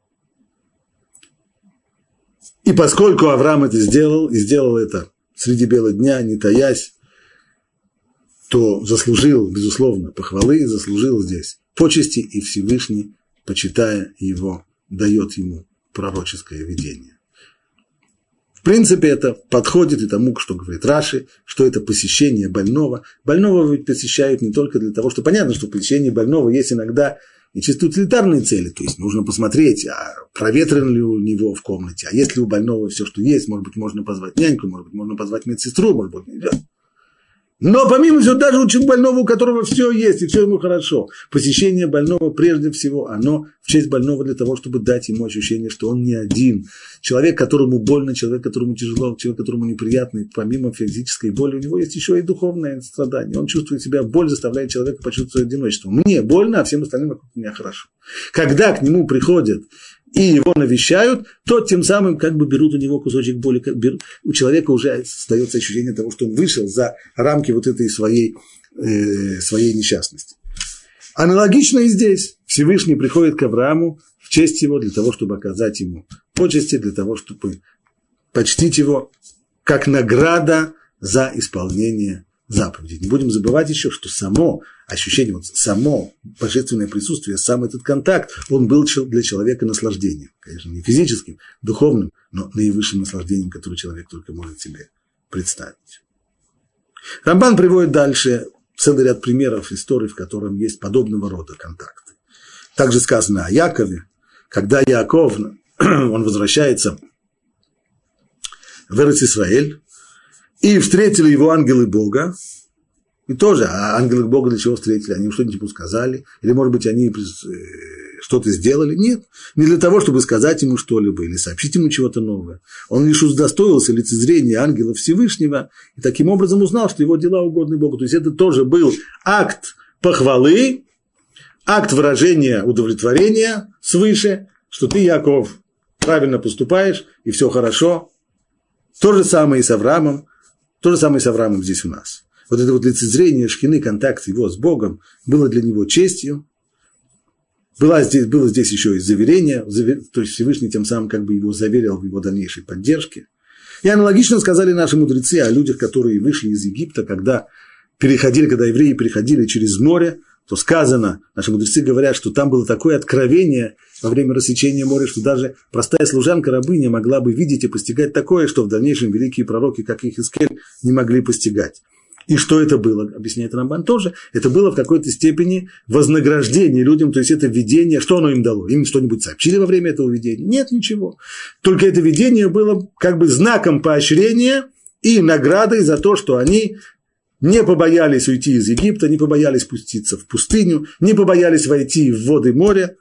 И поскольку Авраам это сделал, и сделал это среди бела дня, не таясь, то заслужил, безусловно, похвалы, заслужил здесь почести, и Всевышний, почитая его, дает ему пророческое видение. В принципе, это подходит и тому, что говорит Раши, что это посещение больного. Больного ведь посещают не только для того, что понятно, что в посещении больного есть иногда и чисто утилитарные цели, то есть нужно посмотреть, а проветрен ли у него в комнате, а есть ли у больного все, что есть, может быть, можно позвать няньку, может быть, можно позвать медсестру, может быть, нельзя. Но помимо всего, даже у больного, у которого все есть, и все ему хорошо, посещение больного, прежде всего, оно в честь больного для того, чтобы дать ему ощущение, что он не один. Человек, которому больно, человек, которому тяжело, человек, которому неприятно, и помимо физической боли, у него есть еще и духовное страдание. Он чувствует себя, боль заставляет человека почувствовать одиночество. Мне больно, а всем остальным вокруг меня хорошо. Когда к нему приходят и его навещают, то тем самым как бы берут у него кусочек боли. У человека уже создается ощущение того, что он вышел за рамки вот этой своей, э, своей несчастности. Аналогично и здесь. Всевышний приходит к Аврааму в честь его для того, чтобы оказать ему почести, для того, чтобы почтить его как награда за исполнение заповедей. Не будем забывать еще, что само ощущение, вот само божественное присутствие, сам этот контакт, он был для человека наслаждением. Конечно, не физическим, духовным, но наивысшим наслаждением, которое человек только может себе представить. Рамбан приводит дальше целый ряд примеров историй, в котором есть подобного рода контакты. Также сказано о Якове, когда Яаков, он возвращается в Эрец-Исраэль, и встретили его ангелы Бога, и тоже, а ангелы Бога для чего встретили? Они что-нибудь ему сказали? Или, может быть, они что-то сделали? Нет, не для того, чтобы сказать ему что-либо или сообщить ему чего-то новое. Он лишь удостоился лицезрения ангела Всевышнего и таким образом узнал, что его дела угодны Богу. То есть это тоже был акт похвалы, акт выражения удовлетворения свыше, что ты, Яаков, правильно поступаешь, и все хорошо. То же самое и с Авраамом. То же самое и с Авраамом здесь у нас. Вот это вот лицезрение шхины, контакт его с Богом было для него честью. Была здесь, было здесь еще и заверение, то есть Всевышний тем самым как бы его заверил в его дальнейшей поддержке. И аналогично сказали наши мудрецы о людях, которые вышли из Египта, когда переходили, когда евреи переходили через море, то сказано, наши мудрецы говорят, что там было такое откровение во время рассечения моря, что даже простая служанка-рабыня могла бы видеть и постигать такое, что в дальнейшем великие пророки, как Ихискель, не могли постигать. И что это было, объясняет Рамбан тоже, это было в какой-то степени вознаграждение людям, то есть это видение, что оно им дало? Им что-нибудь сообщили во время этого видения? Нет, ничего. Только это видение было как бы знаком поощрения и наградой за то, что они не побоялись уйти из Египта, не побоялись спуститься в пустыню, не побоялись войти в воды моря.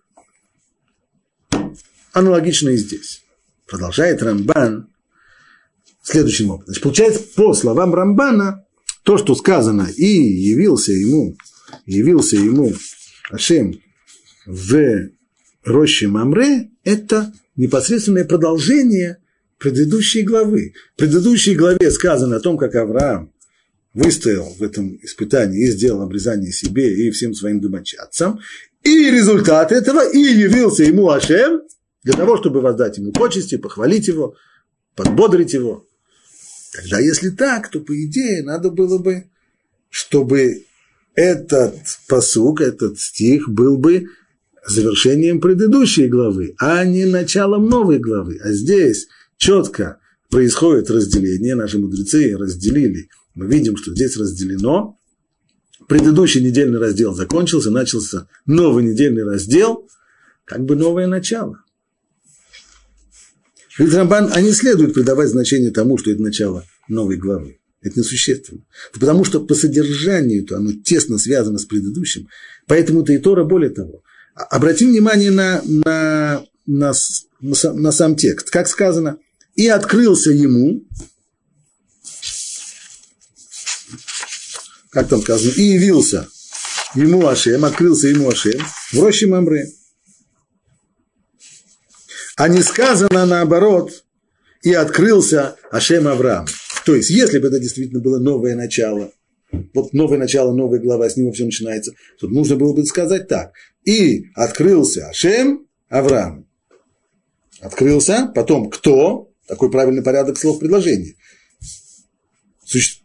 Аналогично и здесь. Продолжает Рамбан следующим образом. Значит, получается, по словам Рамбана, то, что сказано, и явился ему, явился ему Ашем в роще Мамре, это непосредственное продолжение предыдущей главы. В предыдущей главе сказано о том, как Авраам выстоял в этом испытании и сделал обрезание себе и всем своим домочадцам. И результат этого, и явился ему Ашем для того, чтобы воздать ему почести, похвалить его, подбодрить его. Тогда, если так, то, по идее, надо было бы, чтобы этот пасук, этот стих был бы завершением предыдущей главы, а не началом новой главы. А здесь четко происходит разделение, наши мудрецы разделили. Мы видим, что здесь разделено. Предыдущий недельный раздел закончился, начался новый недельный раздел, как бы новое начало. Ведь Рамбан, а не следует придавать значение тому, что это начало новой главы. Это несущественно. Потому что по содержанию-то оно тесно связано с предыдущим. Поэтому-то и Тора, более того. Обратим внимание на, на, на, на, на сам текст. Как сказано, и открылся ему, как там сказано, и явился ему Ашем, открылся ему Ашем в роще Мамре. А не сказано наоборот, и открылся Ашем Авраам. То есть, если бы это действительно было новое начало, вот новое начало, новая глава, с него все начинается, то нужно было бы сказать так. И открылся Ашем Авраам. Открылся, потом кто? Такой правильный порядок слов предложения. Суще...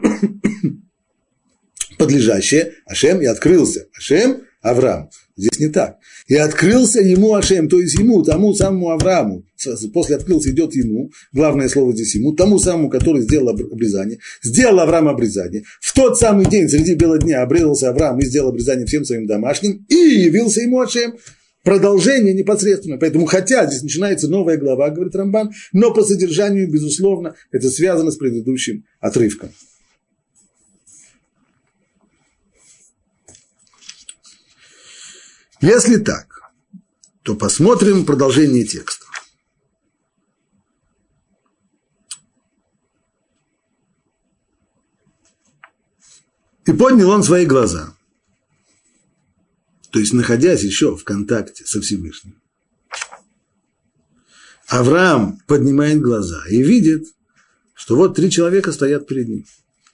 Подлежащее Ашем и открылся Ашем Авраам. Здесь не так. И открылся ему Ашем, то есть ему, тому самому Аврааму. После открылся идет ему, главное слово здесь ему, тому самому, который сделал обрезание. Сделал Авраам обрезание. В тот самый день, среди бела дня, обрезался Авраам и сделал обрезание всем своим домашним. И явился ему Ашем. Продолжение непосредственно. Поэтому, хотя здесь начинается новая глава, говорит Рамбан, но по содержанию, безусловно, это связано с предыдущим отрывком. Если так, то посмотрим продолжение текста. И поднял он свои глаза, то есть находясь еще в контакте со Всевышним. Авраам поднимает глаза и видит, что вот три человека стоят перед ним.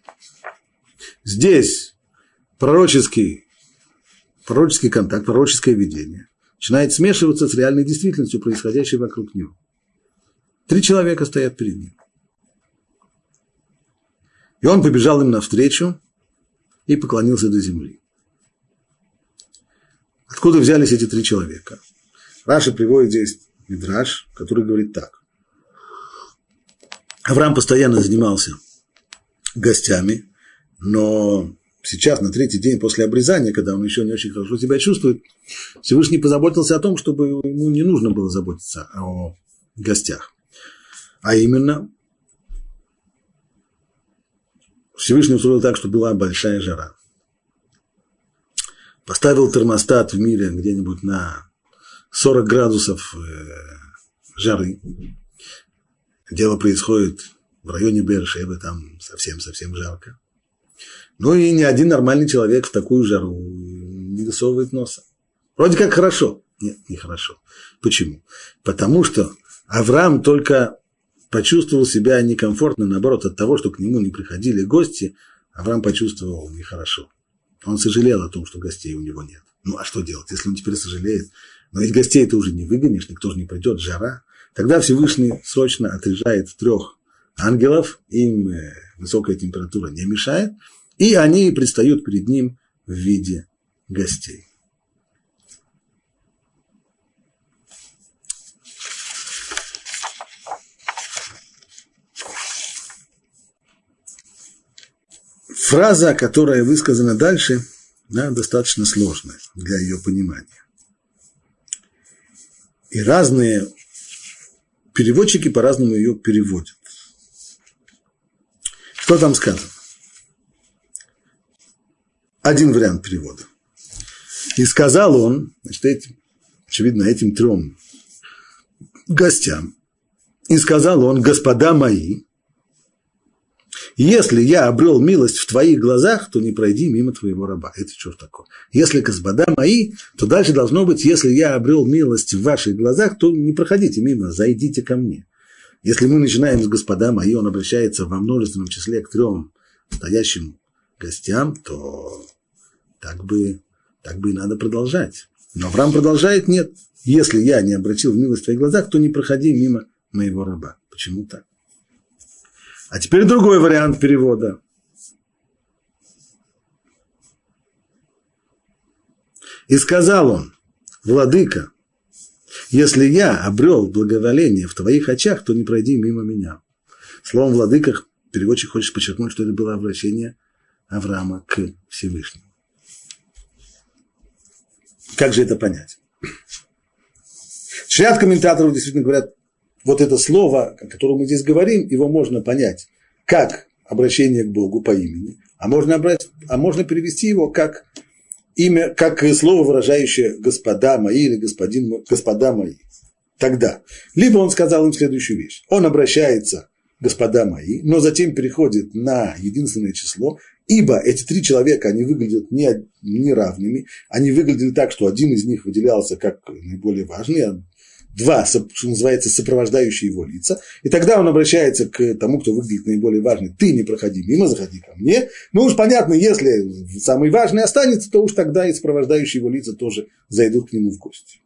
Здесь пророческий Пророческий контакт, пророческое видение начинает смешиваться с реальной действительностью, происходящей вокруг него. Три человека стоят перед ним. И он побежал им навстречу и поклонился до земли. Откуда взялись эти три человека? Раши приводит здесь мидраш, который говорит так. Авраам постоянно занимался гостями, но сейчас, на третий день после обрезания, когда он еще не очень хорошо себя чувствует, Всевышний позаботился о том, чтобы ему не нужно было заботиться о гостях. А именно, Всевышний устроил так, что была большая жара. Поставил термостат в мире где-нибудь на сорок градусов жары. Дело происходит в районе Беэр-Шевы, там совсем-совсем жарко. Ну и ни один нормальный человек в такую жару не высовывает носа. Вроде как хорошо. Нет, не хорошо. Почему? Потому что Авраам только почувствовал себя некомфортно, наоборот, от того, что к нему не приходили гости, Авраам почувствовал нехорошо. Он сожалел о том, что гостей у него нет. Ну, а что делать, если он теперь сожалеет? Но ведь гостей ты уже не выгонишь, никто же не придет, жара. Тогда Всевышний срочно отряжает трех ангелов, им высокая температура не мешает, и они предстают перед ним в виде гостей. Фраза, которая высказана дальше, да, достаточно сложная для ее понимания. И разные переводчики по-разному ее переводят. Что там сказано? Один вариант перевода. И сказал он, значит, этим, очевидно, этим трем гостям, и сказал он: господа мои, если я обрел милость в твоих глазах, то не пройди мимо твоего раба. Это что ж такое? Если господа мои, то дальше должно быть: если я обрел милость в ваших глазах, то не проходите мимо, зайдите ко мне. Если мы начинаем с господа мои, он обращается во множественном числе к трем стоящим гостям, то так бы, так бы и надо продолжать. Но Авраам продолжает: нет, если я не обратил милость в твоих глазах, то не проходи мимо моего раба. Почему так? А теперь другой вариант перевода. И сказал он: владыка, если я обрел благоволение в твоих очах, то не пройди мимо меня. Словом владыка переводчик хочет подчеркнуть, что это было обращение Авраама к Всевышнему. Как же это понять? Ряд комментаторов действительно говорят: вот это слово, о котором мы здесь говорим, его можно понять как обращение к Богу по имени, а можно, обрать, а можно перевести его как имя, как слово, выражающее «господа мои» или «господин мой», «господа мои». Тогда, либо он сказал им следующую вещь: он обращается «господа мои», но затем переходит на единственное число, ибо эти три человека, они выглядят не, не равными, они выглядели так, что один из них выделялся как наиболее важный, а два, что называется, сопровождающие его лица, и тогда он обращается к тому, кто выглядит наиболее важный: ты не проходи мимо, заходи ко мне. Ну уж понятно, если самый важный останется, то уж тогда и сопровождающие его лица тоже зайдут к нему в гости.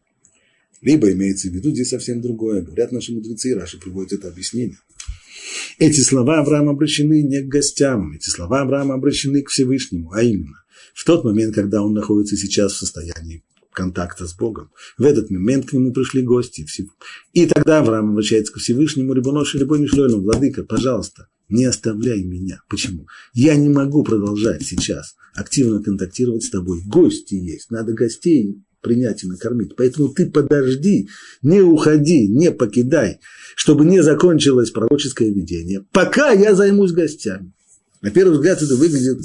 Либо имеется в виду здесь совсем другое. Говорят наши мудрецы, и Раши приводит это объяснение. Эти слова Авраама обращены не к гостям, эти слова Авраама обращены к Всевышнему, а именно в тот момент, когда он находится сейчас в состоянии контакта с Богом. В этот момент к нему пришли гости. И тогда Авраам обращается к Всевышнему: Рибонош Рибой Мишлойну, владыка, пожалуйста, не оставляй меня. Почему? Я не могу продолжать сейчас активно контактировать с тобой. Гости есть, надо гостей принять и накормить. Поэтому ты подожди, не уходи, не покидай, чтобы не закончилось пророческое видение, пока я займусь гостями. На первый взгляд это выглядит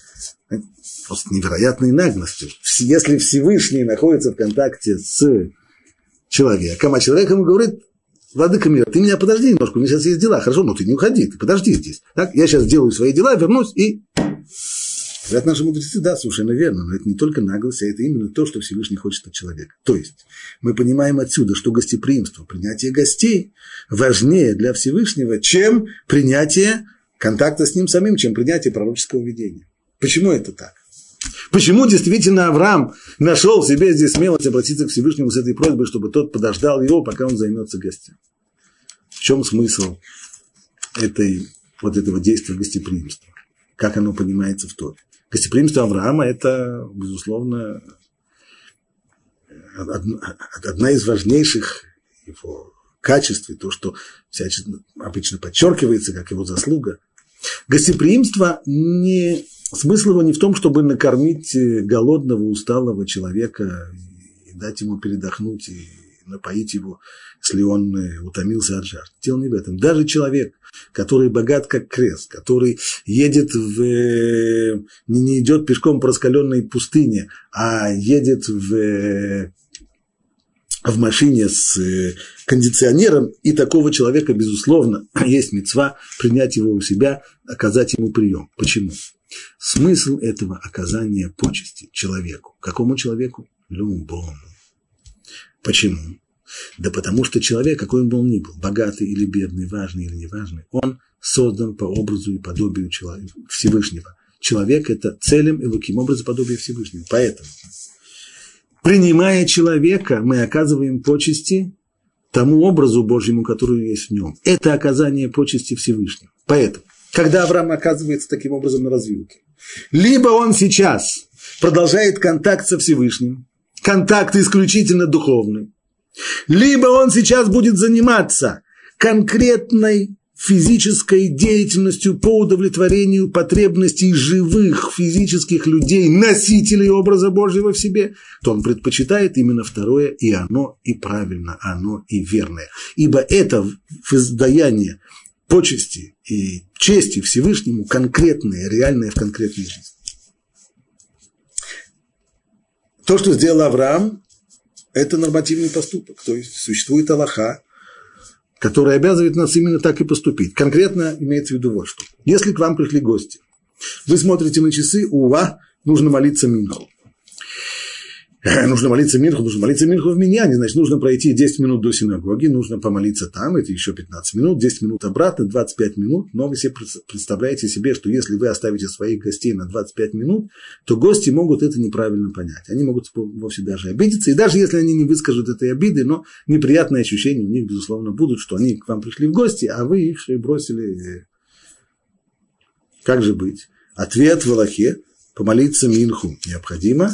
просто невероятной наглостью. Если Всевышний находится в контакте с человеком, а человек ему говорит: владыка мира, ты меня подожди немножко, у меня сейчас есть дела. Хорошо, но ты не уходи, ты подожди здесь. Так, я сейчас делаю свои дела, вернусь и... Говорят наши мудрецы: да, совершенно верно, но это не только наглость, а это именно то, что Всевышний хочет от человека. То есть мы понимаем отсюда, что гостеприимство, принятие гостей важнее для Всевышнего, чем принятие контакта с ним самим, чем принятие пророческого видения. Почему это так? Почему действительно Авраам нашел в себе здесь смелость обратиться к Всевышнему с этой просьбой, чтобы тот подождал его, пока он займется гостем? В чем смысл этой, вот этого действия гостеприимства? Как оно понимается в Торе? Гостеприимство Авраама – это, безусловно, одна из важнейших его качеств, и то, что всячески обычно подчеркивается как его заслуга. Гостеприимство не... Смысл его не в том, чтобы накормить голодного, усталого человека и дать ему передохнуть и напоить его, если он утомился от жажды. Дело не в этом. Даже человек, который богат как крест, который едет в, не, не идет пешком по раскаленной пустыне, а едет в, в машине с кондиционером, и такого человека, безусловно, есть мицва принять его у себя, оказать ему прием. Почему? Смысл этого оказания почести человеку. Какому человеку? Любому. Почему? Да потому что человек, какой он был ни был, богатый или бедный, важный или неважный, он создан по образу и подобию человека, Всевышнего. Человек – это целым и луким образом подобия Всевышнего. Поэтому Принимая человека, мы оказываем почести тому образу Божьему, который есть в нем. Это оказание почести Всевышнему. Поэтому, когда Авраам оказывается таким образом на развилке, либо он сейчас продолжает контакт со Всевышним, контакт исключительно духовный, либо он сейчас будет заниматься конкретной физической деятельностью по удовлетворению потребностей живых физических людей, носителей образа Божьего в себе, то он предпочитает именно второе, и оно и правильно, оно и верное. Ибо это воздаяние почести и чести Всевышнему конкретное, реальное в конкретной жизни. То, что сделал Авраам, это нормативный поступок, то есть существует алаха, который обязывает нас именно так и поступить. Конкретно имеется в виду вот что. Если к вам пришли гости, вы смотрите на часы, ува, нужно молиться минху. Нужно молиться минху, нужно молиться минху в миньяне, значит, нужно пройти десять минут до синагоги, нужно помолиться там, это еще пятнадцать минут, десять минут обратно, двадцать пять минут, но вы себе представляете себе, что если вы оставите своих гостей на двадцать пять минут, то гости могут это неправильно понять, они могут вовсе даже обидеться, и даже если они не выскажут этой обиды, но неприятные ощущения у них, безусловно, будут, что они к вам пришли в гости, а вы их бросили. Как же быть? Ответ в алахе: помолиться минху необходимо.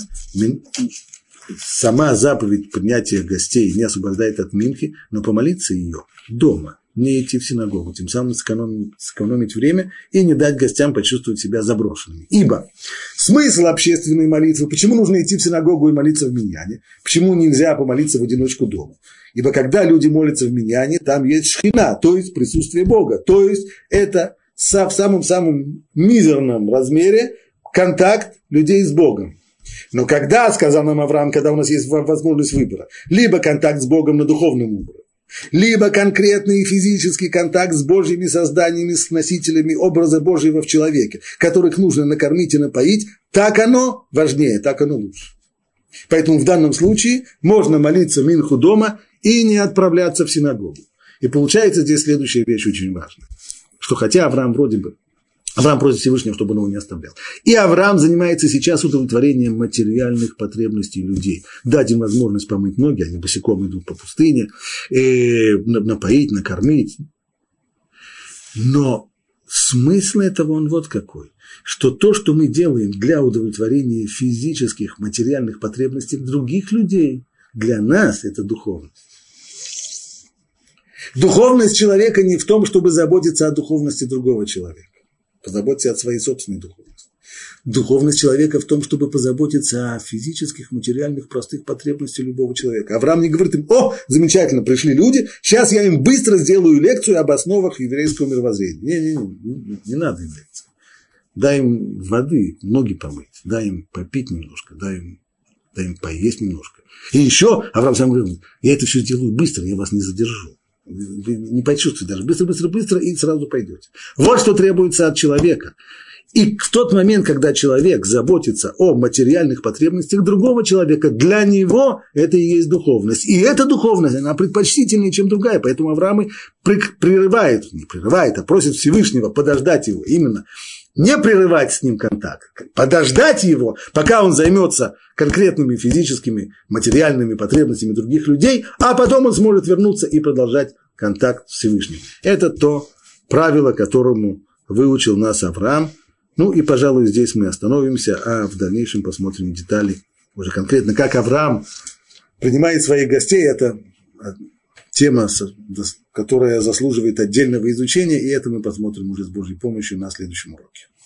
Сама заповедь принятия гостей не освобождает от минхи, но помолиться ее дома, не идти в синагогу, тем самым сэкономить, сэкономить время и не дать гостям почувствовать себя заброшенными. Ибо смысл общественной молитвы, почему нужно идти в синагогу и молиться в миньяне, почему нельзя помолиться в одиночку дома? Ибо когда люди молятся в миньяне, там есть шхина, то есть присутствие Бога, то есть это в самом-самом мизерном размере контакт людей с Богом. Но когда, сказал нам Авраам, когда у нас есть возможность выбора, либо контакт с Богом на духовном уровне, либо конкретный физический контакт с Божьими созданиями, с носителями образа Божьего в человеке, которых нужно накормить и напоить, так оно важнее, так оно лучше. Поэтому в данном случае можно молиться минху дома и не отправляться в синагогу. И получается здесь следующая вещь очень важная, что хотя Авраам вроде бы Авраам просит Всевышнего, чтобы он его не оставлял. И Авраам занимается сейчас удовлетворением материальных потребностей людей. Дать им возможность помыть ноги, они босиком идут по пустыне, э, напоить, накормить. Но смысл этого он вот какой, что то, что мы делаем для удовлетворения физических, материальных потребностей других людей, для нас это духовность. Духовность человека не в том, чтобы заботиться о духовности другого человека. Позаботься о своей собственной духовности. Духовность человека в том, чтобы позаботиться о физических, материальных, простых потребностях любого человека. Авраам не говорит им: о, замечательно, пришли люди, сейчас я им быстро сделаю лекцию об основах еврейского мировоззрения. Не-не-не, не, не надо им лекции. Дай им воды, ноги помыть, дай им попить немножко, дай им, дай им поесть немножко. И еще Авраам сам говорит: я это все сделаю быстро, я вас не задержу. Вы не почувствуете даже. Быстро, быстро, быстро, и сразу пойдете. Вот что требуется от человека. И в тот момент, когда человек заботится о материальных потребностях другого человека, для него это и есть духовность. И эта духовность, она предпочтительнее, чем другая. Поэтому Авраам прерывает, не прерывает, а просит Всевышнего подождать его. Именно не прерывать с ним контакт, подождать его, пока он займется конкретными физическими, материальными потребностями других людей, а потом он сможет вернуться и продолжать контакт с Всевышним. Это то правило, которому выучил нас Авраам. Ну и, пожалуй, здесь мы остановимся, а в дальнейшем посмотрим детали, уже конкретно, как Авраам принимает своих гостей. Это тема, которая заслуживает отдельного изучения, и это мы посмотрим уже с Божьей помощью на следующем уроке.